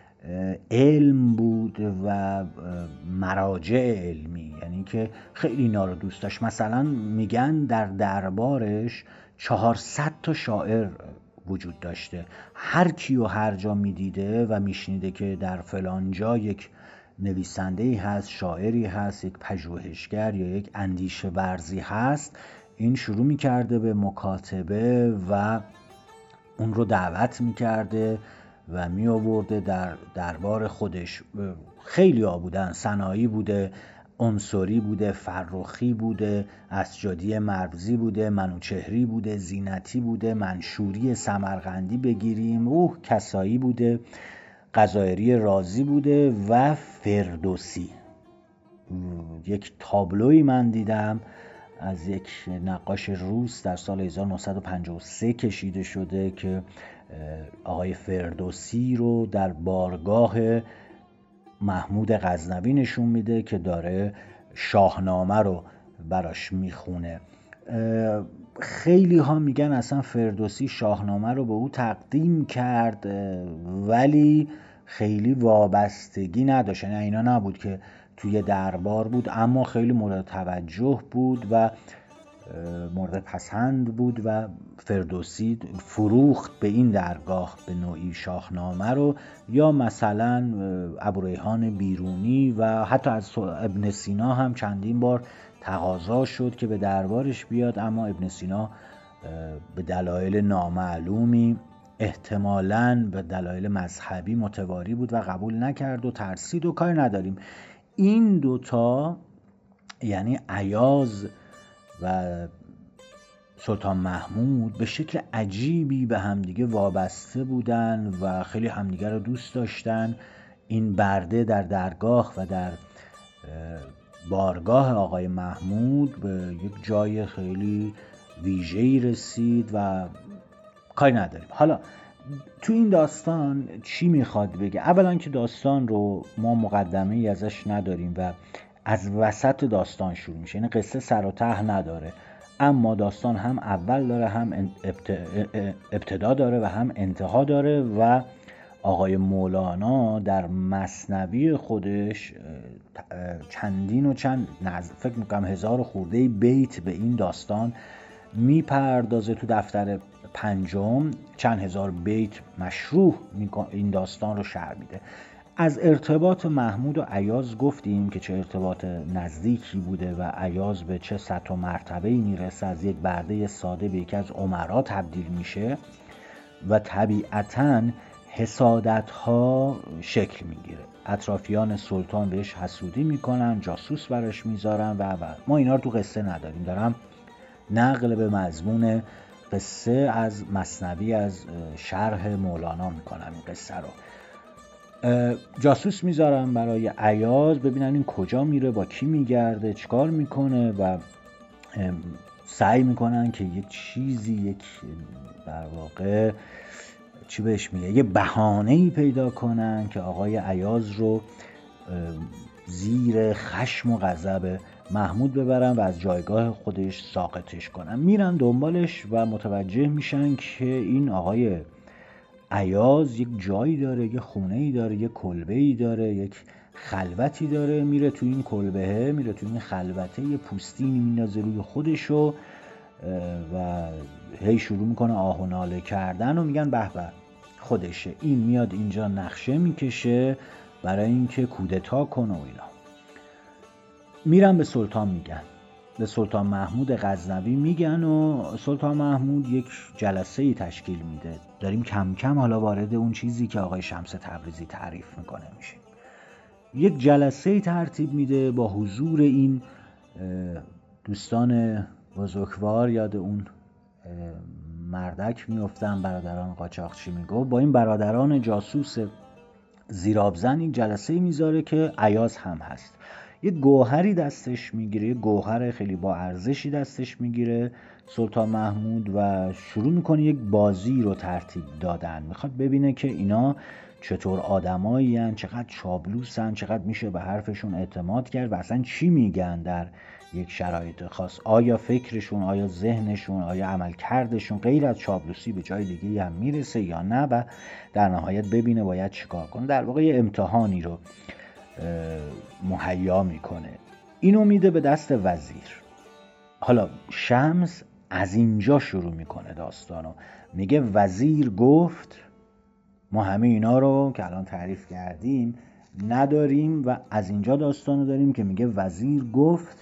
علم بود و مراجع علمی، یعنی که خیلی اینا رو دوست داشت. مثلا میگن در دربارش چهارصد تا شاعر وجود داشته، هر کی و هر جا میدیده و میشنیده که در فلان جا یک نویسنده‌ای هست، شاعری هست، یک پژوهشگر یا یک اندیشه ورزی هست، این شروع میکرده به مکاتبه و اون رو دعوت میکرده و می آورده در دربار خودش. خیلی ها بودن، سنایی بوده، عنصری بوده، فرخی بوده، اسجادی مروزی بوده، منوچهری بوده، زینتی بوده، منشوری سمرقندی بگیریم، اوه کسایی بوده، قضایری رازی بوده و فردوسی. یک تابلوی من دیدم از یک نقاش روس در سال هزار و نهصد و پنجاه و سه کشیده شده که آقای فردوسی رو در بارگاه محمود غزنوی نشون میده که داره شاهنامه رو براش میخونه. خیلی ها میگن اصلا فردوسی شاهنامه رو به او تقدیم کرد ولی خیلی وابستگی نداشت، یعنی اینا نبود که توی دربار بود اما خیلی مورد توجه بود و مورد پسند بود و فردوسی فروخت به این درگاه به نوعی شاهنامه رو. یا مثلا ابوریحان بیرونی و حتی از ابن سینا هم چندین بار تقاضا شد که به دربارش بیاد، اما ابن سینا به دلایل نامعلومی، احتمالاً به دلایل مذهبی متواری بود و قبول نکرد و ترسید و کاری نداریم. این دوتا یعنی ایاز و سلطان محمود به شکل عجیبی به همدیگه وابسته بودن و خیلی همدیگه رو دوست داشتن. این برده در درگاه و در بارگاه آقای محمود به یک جای خیلی ویژه‌ای رسید و کاری نداریم. حالا تو این داستان چی میخواد بگه؟ اولا که داستان رو ما مقدمه‌ای ازش نداریم و از وسط داستان شروع میشه، یعنی قصه سر و ته نداره، اما داستان هم اول داره، هم ابتدا داره و هم انتها داره و آقای مولانا در مثنوی خودش چندین و چند، فکر میکنم هزار خورده بیت به این داستان میپردازه. تو دفتر پنجم چند هزار بیت مشروح این داستان رو شرح میده. از ارتباط محمود و ایاز گفتیم که چه ارتباط نزدیکی بوده و ایاز به چه سطح و مرتبه‌ای میرسه، از یک برده ساده به یکی از امرا تبدیل میشه و طبیعتاً حسادت‌ها شکل میگیره. اطرافیان سلطان بهش حسودی میکنن، جاسوس براش میذارن و و ما اینا رو تو قصه نداریم، دارم نقل به مضمون قصه از مثنوی از شرح مولانا میکنم این قصه رو. جاسوس میذارن برای ایاز ببینن این کجا میره، با کی میگرده، چیکار میکنه و سعی میکنن که یک چیزی، یک در واقع چی بهش میگه، یه بهانه‌ای پیدا کنن که آقای ایاز رو زیر خشم و غضب محمود ببرن و از جایگاه خودش ساقطش کنن. میرن دنبالش و متوجه میشن که این آقای ایاز یک جایی داره، یک خونه‌ای داره، یک کلبه‌ای داره، یک خلوتی داره. میره تو این کلبه، میره تو این خلوته، یه پوستینی میندازه روی خودشو و هی شروع میکنه آه و ناله کردن و میگن به به خودشه. این میاد اینجا نقشه میکشه برای اینکه کودتا کنه و اینا. میرن به سلطان میگن، به سلطان محمود غزنوی میگن و سلطان محمود یک جلسه‌ای تشکیل میده. داریم کم کم حالا وارد اون چیزی که آقای شمس تبریزی تعریف میکنه میشیم. یک جلسه‌ای ترتیب میده با حضور این دوستان بزرگوار، یاد اون مردک میفتن، برادران قاچاقچی میگفت، با این برادران جاسوس زیرابزن این جلسه‌ای میذاره که ایاز هم هست. یه گوهری دستش میگیره، یه گوهر خیلی با ارزشی دستش میگیره سلطان محمود و شروع میکنه یک بازی رو ترتیب دادن. میخواد ببینه که اینا چطور آدمایی هن، چقدر چابلوسن، چقدر میشه به حرفشون اعتماد کرد و اصلا چی میگن در یک شرایط خاص. آیا فکرشون، آیا ذهنشون، آیا عملکردشون غیر از چابلوسی به جای دیگه هم میرسه یا نه، و در نهایت ببینه باید چیکار کنه. در واقع یه امتحانی رو مهیا میکنه. اینو میده به دست وزیر. حالا شمس از اینجا شروع میکنه داستانو. میگه وزیر گفت، ما همه اینا رو که الان تعریف کردیم نداریم و از اینجا داستانو داریم که میگه وزیر گفت.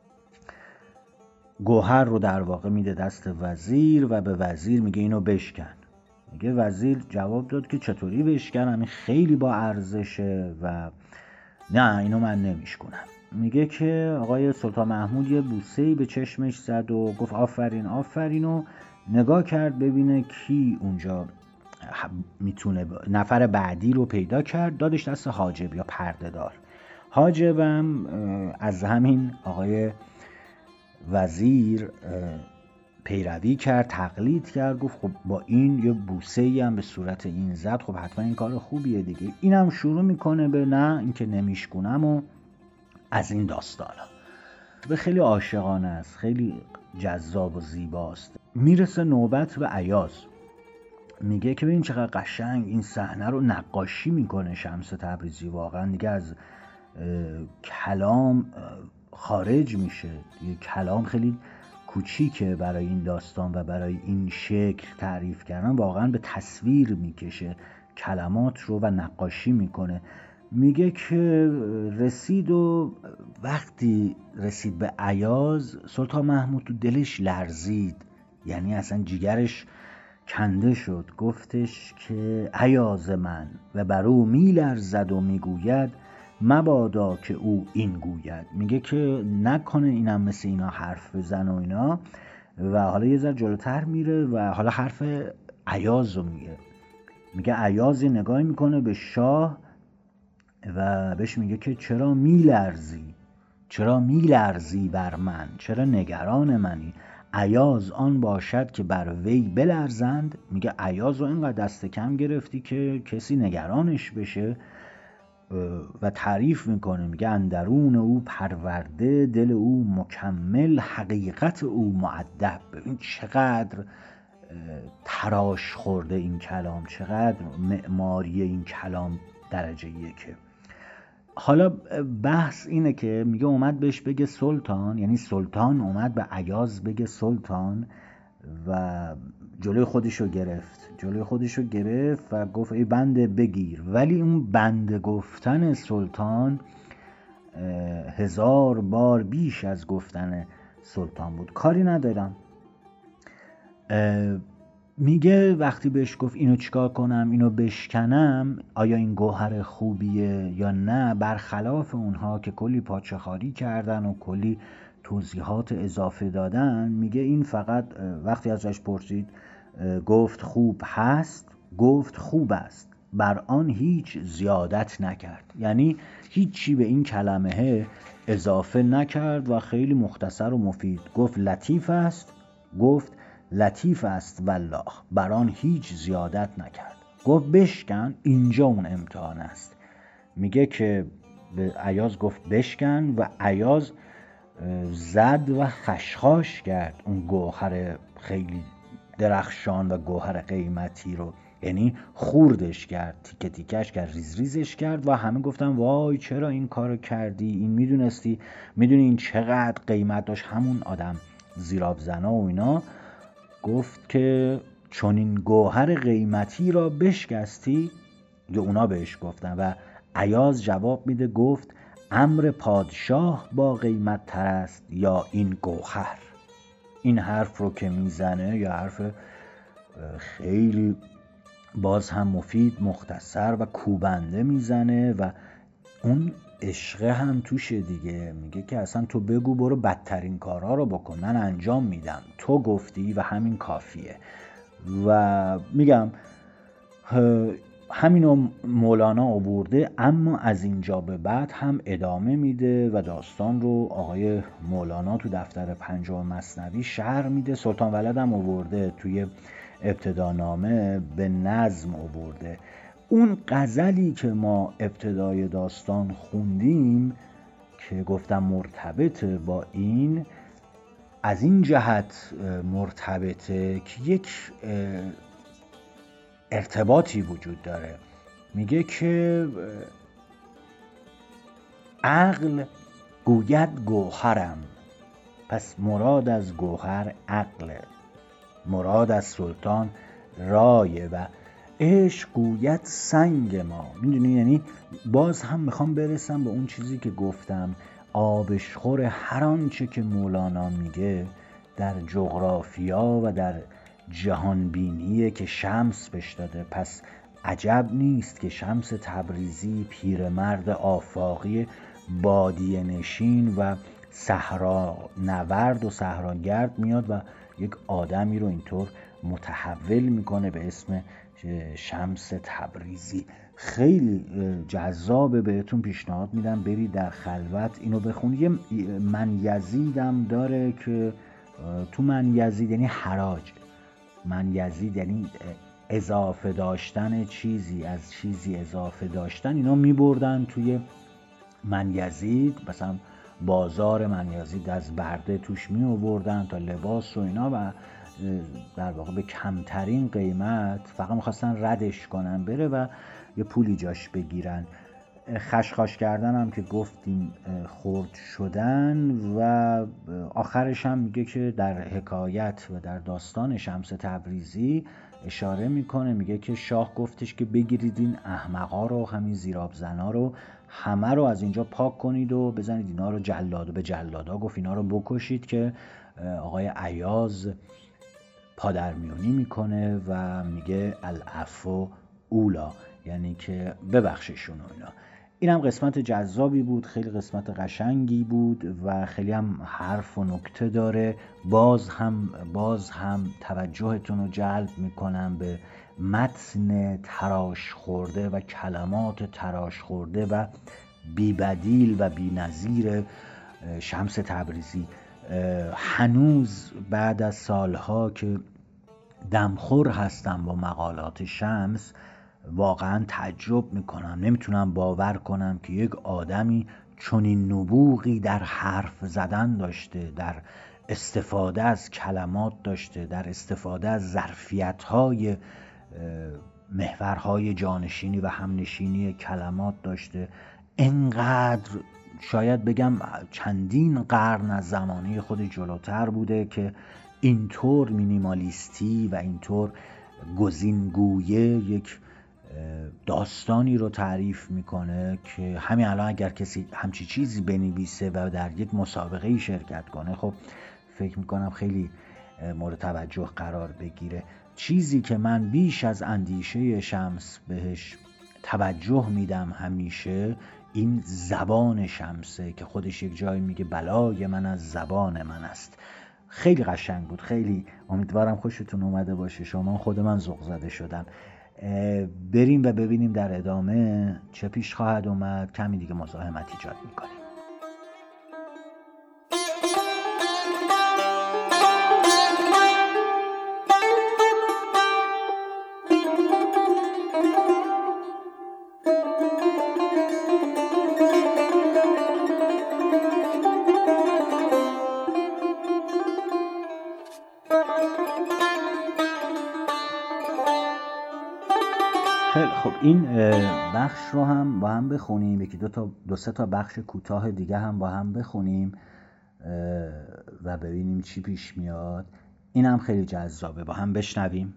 گوهر رو در واقع میده دست وزیر و به وزیر میگه اینو بشکن. میگه وزیر جواب داد که چطوری بشکنم، این خیلی با ارزشه و نه اینو من نمیشکنم. میگه که آقای سلطان محمود یه بوسه‌ای به چشمش زد و گفت آفرین آفرین و نگاه کرد ببینه کی اونجا میتونه نفر بعدی رو پیدا کرد، دادش دست حاجب یا پرده دار. حاجبم از همین آقای وزیر پیروی کرد، تقلید کرد، گفت خب با این یه بوسه‌ای هم به صورت این زد، خب حتما این کار خوبیه دیگه. اینم شروع میکنه به نه اینکه نمیشکنم و از این داستانا. به خیلی عاشقانه است، خیلی جذاب و زیباست. میرسه نوبت به ایاز. میگه که ببین چقدر قشنگ این صحنه رو نقاشی میکنه شمس تبریزی. واقعا دیگه از کلام خارج میشه. یه کلام خیلی کوچیکه برای این داستان و برای این شکل تعریف کردن، واقعا به تصویر میکشه کلمات رو و نقاشی میکنه. میگه که رسید و وقتی رسید به ایاز، سلطان محمود تو دلش لرزید، یعنی اصلا جیگرش کنده شد. گفتش که ایاز من و بر او میلرزد و میگوید مبادا که او این گوید. میگه که نکنه اینم مثل اینا حرف بزن و اینا. و حالا یه ذره جلوتر میره و حالا حرف ایاز رو میگه. میگه ایاز نگاه میکنه به شاه و بهش میگه که چرا میلرزی، چرا میلرزی بر من، چرا نگران منی؟ ایاز آن باشد که بر وی بلرزند. میگه ایاز رو اینقدر دست کم گرفتی که کسی نگرانش بشه. و تعریف میکنه، میگه اندرون او پرورده، دل او مکمل، حقیقت او مؤدب. ببین چقدر تراش خورده این کلام، چقدر معماری این کلام درجه یکه. حالا بحث اینه که میگه اومد بهش بگه سلطان، یعنی سلطان اومد به ایاز بگه سلطان و جلوی خودشو گرفت جلوی خودشو گرفت و گفت ای بنده بگیر. ولی اون بنده گفتن سلطان هزار بار بیش از گفتن سلطان بود. کاری ندارم. میگه وقتی بهش گفت اینو چیکار کنم، اینو بشکنم، آیا این گوهر خوبیه یا نه، برخلاف اونها که کلی پاچه‌خواری کردن و کلی توضیحات اضافه دادن، میگه این فقط وقتی ازش پرسید گفت خوب هست، گفت خوب است، بر آن هیچ زیادت نکرد. یعنی هیچی به این کلمه اضافه نکرد و خیلی مختصر و مفید گفت لطیف است، گفت لطیف است والله، بر آن هیچ زیادت نکرد. گفت بشکن، اینجا اون امتحان است. میگه که به ایاز گفت بشکن و ایاز زد و خشخاش کرد اون گوهر خیلی درخشان و گوهر قیمتی رو، یعنی خوردش کرد، تیکه تیکش کرد، ریز ریزش کرد و همه گفتن وای چرا این کارو کردی، این میدونستی، میدونی این چقدر قیمت داشت. همون آدم زیراب زنا و اینا گفت که چون این گوهر قیمتی را بشکستی، یا اونا بهش گفتن و ایاز جواب میده گفت امر پادشاه با قیمت تر است یا این گوهر. این حرف رو که میزنه یا حرف خیلی باز هم مفید، مختصر و کوبنده میزنه و اون عشقه هم توشه دیگه. میگه که اصلا تو بگو برو بدترین کارها رو بکن، من انجام میدم، تو گفتی و همین کافیه. و میگم همینو مولانا آورده، اما از اینجا به بعد هم ادامه میده و داستان رو آقای مولانا تو دفتر پنجم مثنوی شرح میده. سلطان ولد هم آورده توی ابتدانامه به نظم آورده. اون غزلی که ما ابتدای داستان خوندیم که گفتم مرتبطه با این، از این جهت مرتبطه که یک ارتباطی وجود داره. میگه که عقل گوید گوهرم، پس مراد از گوهر عقله، مراد از سلطان رایه و عشق گوید سنگ ما. میدونی یعنی باز هم میخوام برسم به اون چیزی که گفتم، آبشخور هر آنچه که مولانا میگه در جغرافیا و در جهانبینیه که شمس بهش داده. پس عجب نیست که شمس تبریزی پیرمرد آفاقی بادیه نشین و صحرا نورد و صحراگرد میاد و یک آدمی رو اینطور متحول میکنه به اسم شمس تبریزی. خیلی جذابه، بهتون پیشنهاد میدم برید در خلوت اینو بخونید. یه من یزیدم داره که تو من یزید یعنی حراج، من یزید یعنی اضافه داشتن چیزی، از چیزی اضافه داشتن. اینا میبردن توی من یزید، مثلا بازار من یزید از برده توش می آوردن تا لباس و اینا و در واقع به کمترین قیمت فقط میخواستن ردش کنن بره و یه پولی جاش بگیرن. خشخاش کردن هم که گفتیم خرد شدن و آخرش هم میگه که در حکایت و در داستان شمس تبریزی اشاره میکنه، میگه که شاه گفتش که بگیرید این احمقا رو، همین زیراب زنا رو همه رو از اینجا پاک کنید و بزنید اینا رو جلاد. به جلادا گفت اینا رو بکشید که آقای ایاز پادرمیونی میکنه و میگه العفو اولا، یعنی که ببخششون و اینا. این هم قسمت جذابی بود، خیلی قسمت قشنگی بود و خیلی هم حرف و نکته داره. باز هم باز هم توجهتون رو جلب میکنم به متن تراش خورده و کلمات تراش خورده و بی بدیل و بی نظیر شمس تبریزی. هنوز بعد از سالها که دمخور هستم با مقالات شمس واقعا تعجب میکنم، نمیتونم باور کنم که یک آدمی چنین نبوغی در حرف زدن داشته، در استفاده از کلمات داشته، در استفاده از ظرفیت‌های محورهای جانشینی و همنشینی کلمات داشته. انقدر شاید بگم چندین قرن از زمانه خود جلوتر بوده که اینطور مینیمالیستی و اینطور گزینگویه یک داستانی رو تعریف میکنه که همین الان اگر کسی همچی چیزی بنویسه و در یک مسابقه شرکت کنه، خب فکر میکنم خیلی مورد توجه قرار بگیره. چیزی که من بیش از اندیشه شمس بهش توجه میدم همیشه این زبان شمسه که خودش یک جایی میگه بلای من از زبان من است. خیلی قشنگ بود، خیلی امیدوارم خوشتون اومده باشه. شما خود من ذوق زده شدم. بریم و ببینیم در ادامه چه پیش خواهد اومد. کمی دیگه مزاحمت ایجاد میکنیم. خیلی خب، این بخش رو هم با هم بخونیم، یکی دو تا دو سه تا بخش کوتاه دیگه هم با هم بخونیم و ببینیم چی پیش میاد. این هم خیلی جذابه، با هم بشنویم.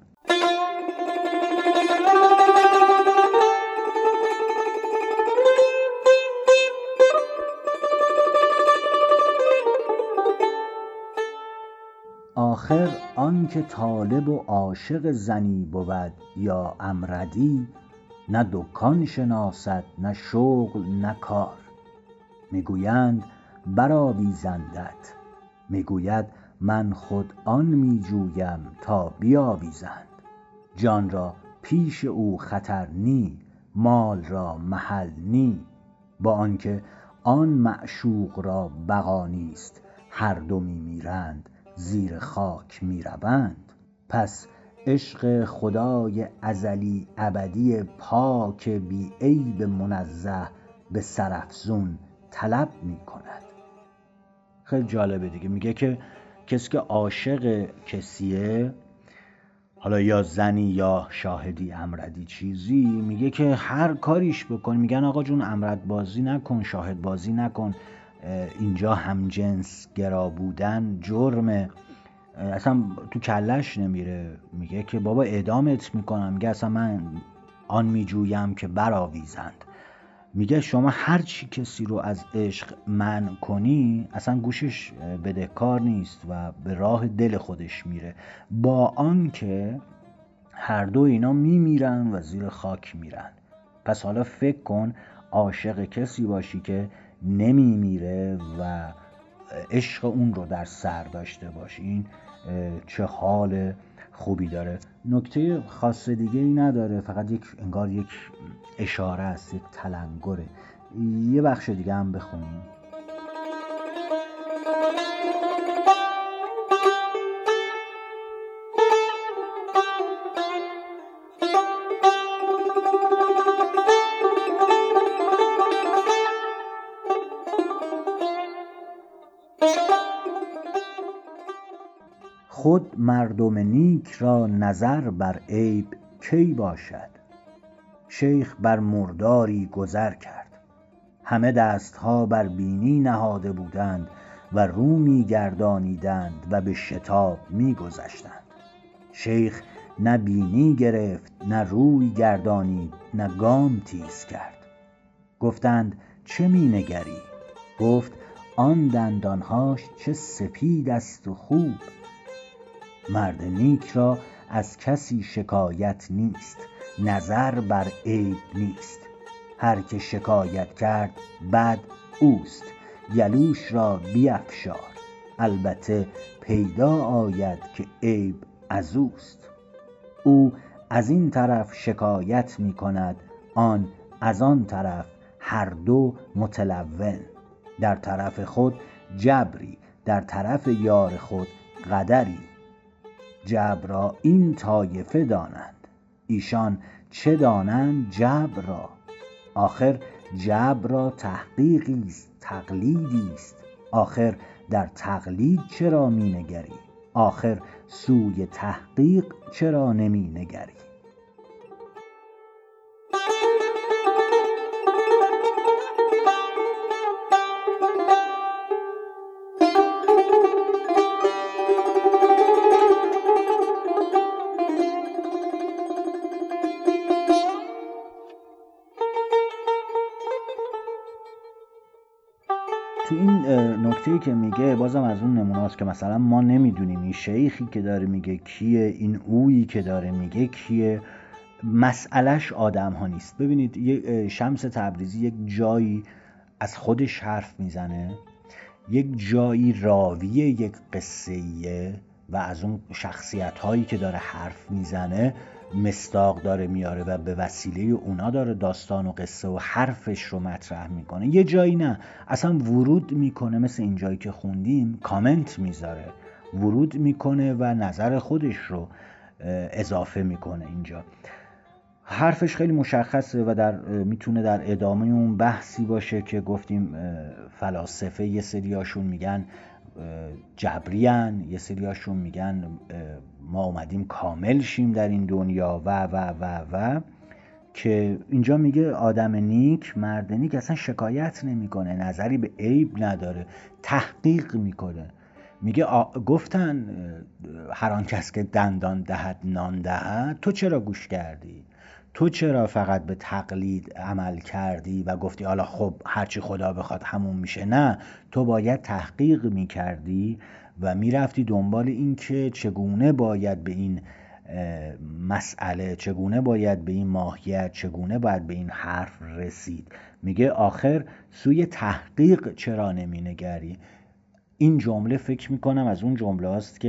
آخر آن که طالب و عاشق زنی بود یا امردی، نه دکان شناسد نه شغل نه کار. میگویند برآویزندت، میگوید من خود آن میجویم تا بیاویزند. جان را پیش او خطر نی، مال را محل نی. با آنکه آن معشوق را بقا نیست، هر دو میمیرند زیر خاک میروند. پس عشق خدای ازلی ابدی پاک بی عیب منزه به سرافزون طلب می کند. خیلی جالبه دیگه. میگه که کسی که عاشق کسیه، حالا یا زنی یا شاهدی امردی چیزی، میگه که هر کاریش بکن، میگن آقا جون امرد بازی نکن، شاهد بازی نکن، اینجا همجنس گرا بودن جرمه، اصلا تو کلش نمیره. میگه که بابا اعدامت میکنم. میگه اصلا من آن میجویم که برآویزند. میگه شما هر چی کسی رو از عشق منع کنی اصلا گوشش بدهکار نیست و به راه دل خودش میره، با آنکه هر دو اینا میمیرن و زیر خاک میرن. پس حالا فکر کن عاشق کسی باشی که نمیمیره و عشق اون رو در سر داشته باشی، این چه حال خوبی داره. نکته خاص دیگه ای نداره، فقط یک انگار یک اشاره است، یک تلنگره. یه بخش دیگه هم بخونیم. خود مردم نیک را نظر بر عیب کی باشد؟ شیخ بر مرداری گذر کرد، همه دستها بر بینی نهاده بودند و رو می گردانیدند و به شتاب می گذشتند. شیخ نه بینی گرفت نه روی گردانید نه گام تیز کرد. گفتند چه می نگری؟ گفت آن دندانهاش چه سپید است و خوب. مرد نیک را از کسی شکایت نیست، نظر بر عیب نیست. هر که شکایت کرد بد اوست، گلوش را بیفشار، البته پیدا آید که عیب از اوست. او از این طرف شکایت می کند، آن از آن طرف، هر دو متلون. در طرف خود جبری، در طرف یار خود قدری. جبر را این طایفه دانند، ایشان چه دانند جبر را؟ آخر جبر را تحقیقی است، تقلیدی است. آخر در تقلید چرا می نگری؟ آخر سوی تحقیق چرا نمی نگری؟ تو این نکته‌ای که میگه بازم از اون نمونه‌است که مثلا ما نمیدونیم این شیخی که داره میگه کیه، این اویی که داره میگه کیه، مسئلهش آدم ها نیست. ببینید یه شمس تبریزی یک جایی از خودش حرف میزنه، یک جایی راوی یک قصه‌ایه و از اون شخصیت هایی که داره حرف میزنه مصداق داره میاره و به وسیله اونا داره داستان و قصه و حرفش رو مطرح میکنه. یه جایی نه، اصلا ورود میکنه، مثل این جایی که خوندیم کامنت میذاره، ورود میکنه و نظر خودش رو اضافه میکنه. اینجا حرفش خیلی مشخصه و در میتونه در ادامه اون بحثی باشه که گفتیم فلاسفه یه سریاشون میگن جبریان، یه سریاشون میگن ما اومدیم کامل شیم در این دنیا و و و و که اینجا میگه آدم نیک، مرد نیک اصلا شکایت نمیکنه، نظری به عیب نداره، تحقیق میکنه. میگه آ... گفتن هر آن کس که دندان دهد نان دهد، تو چرا گوش کردی؟ تو چرا فقط به تقلید عمل کردی و گفتی حالا خب هرچی خدا بخواد همون میشه؟ نه، تو باید تحقیق میکردی و میرفتی دنبال این که چگونه باید به این مسئله، چگونه باید به این ماهیت، چگونه باید به این حرف رسید. میگه آخر سوی تحقیق چرا نمینگری؟ این جمله فکر میکنم از اون جمله هاست که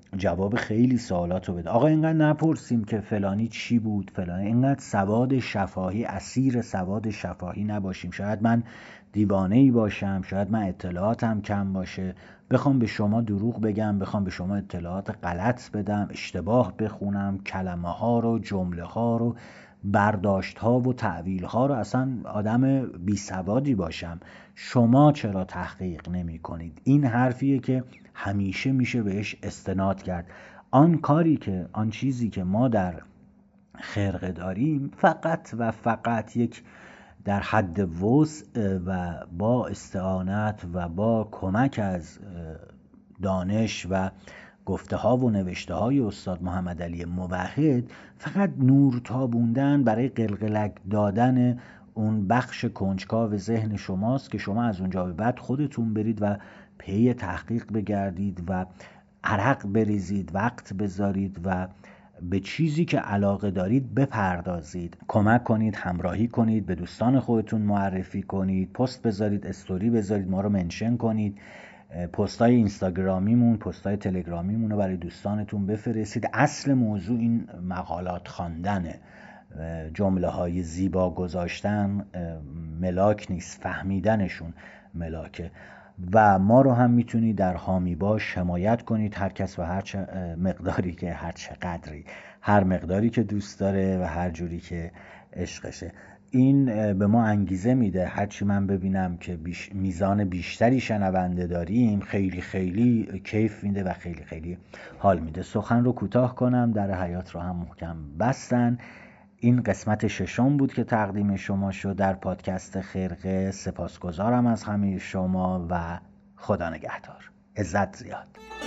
جواب خیلی سوالات رو بده. آقا اینقدر نپرسیم که فلانی چی بود، فلانی، اینقدر سواد شفاهی، اسیر سواد شفاهی نباشیم. شاید من دیوانه ای باشم، شاید من اطلاعاتم کم باشه، بخوام به شما دروغ بگم، بخوام به شما اطلاعات غلط بدم، اشتباه بخونم، کلمه ها رو، جمله ها رو، برداشت ها و تعویل ها رو، اصلا آدم بی سوادی باشم. شما چرا تحقیق نمی کنید؟ این حرفیه که همیشه میشه بهش استناد کرد. آن کاری که آن چیزی که ما در خرقه داریم فقط و فقط یک در حد وسع و با استعانت و با کمک از دانش و گفته ها و نوشته های استاد محمد علی موحد فقط نور تابوندن برای قلقلک دادن اون بخش کنجکاو ذهن شماست که شما از اونجا به بعد خودتون برید و پی تحقیق بگردید و عرق بریزید، وقت بذارید و به چیزی که علاقه دارید بپردازید، کمک کنید، همراهی کنید، به دوستان خودتون معرفی کنید، پست بذارید، استوری بذارید، ما رو منشن کنید، پستای اینستاگرامیمون، پستای تلگرامیمون رو برای دوستانتون بفرستید. اصل موضوع این مقالات خواندنه. جمله های زیبا گذاشتن ملاک نیست، فهمیدنشون ملاکه. و ما رو هم میتونید در حامی باش حمایت کنید، هر کس و هر مقداری که هر چقدری، هر مقداری که دوست داره و هر جوری که عشقشه. این به ما انگیزه میده. هرچی من ببینم که بیش میزان بیشتری شنونده داریم خیلی خیلی کیف میده و خیلی خیلی حال میده. سخن رو کوتاه کنم، در حیات رو هم محکم بستن. این قسمت ششم بود که تقدیم شما شد در پادکست خرقه. سپاسگزارم از همه شما و خدا نگهدار. عزت زیاد.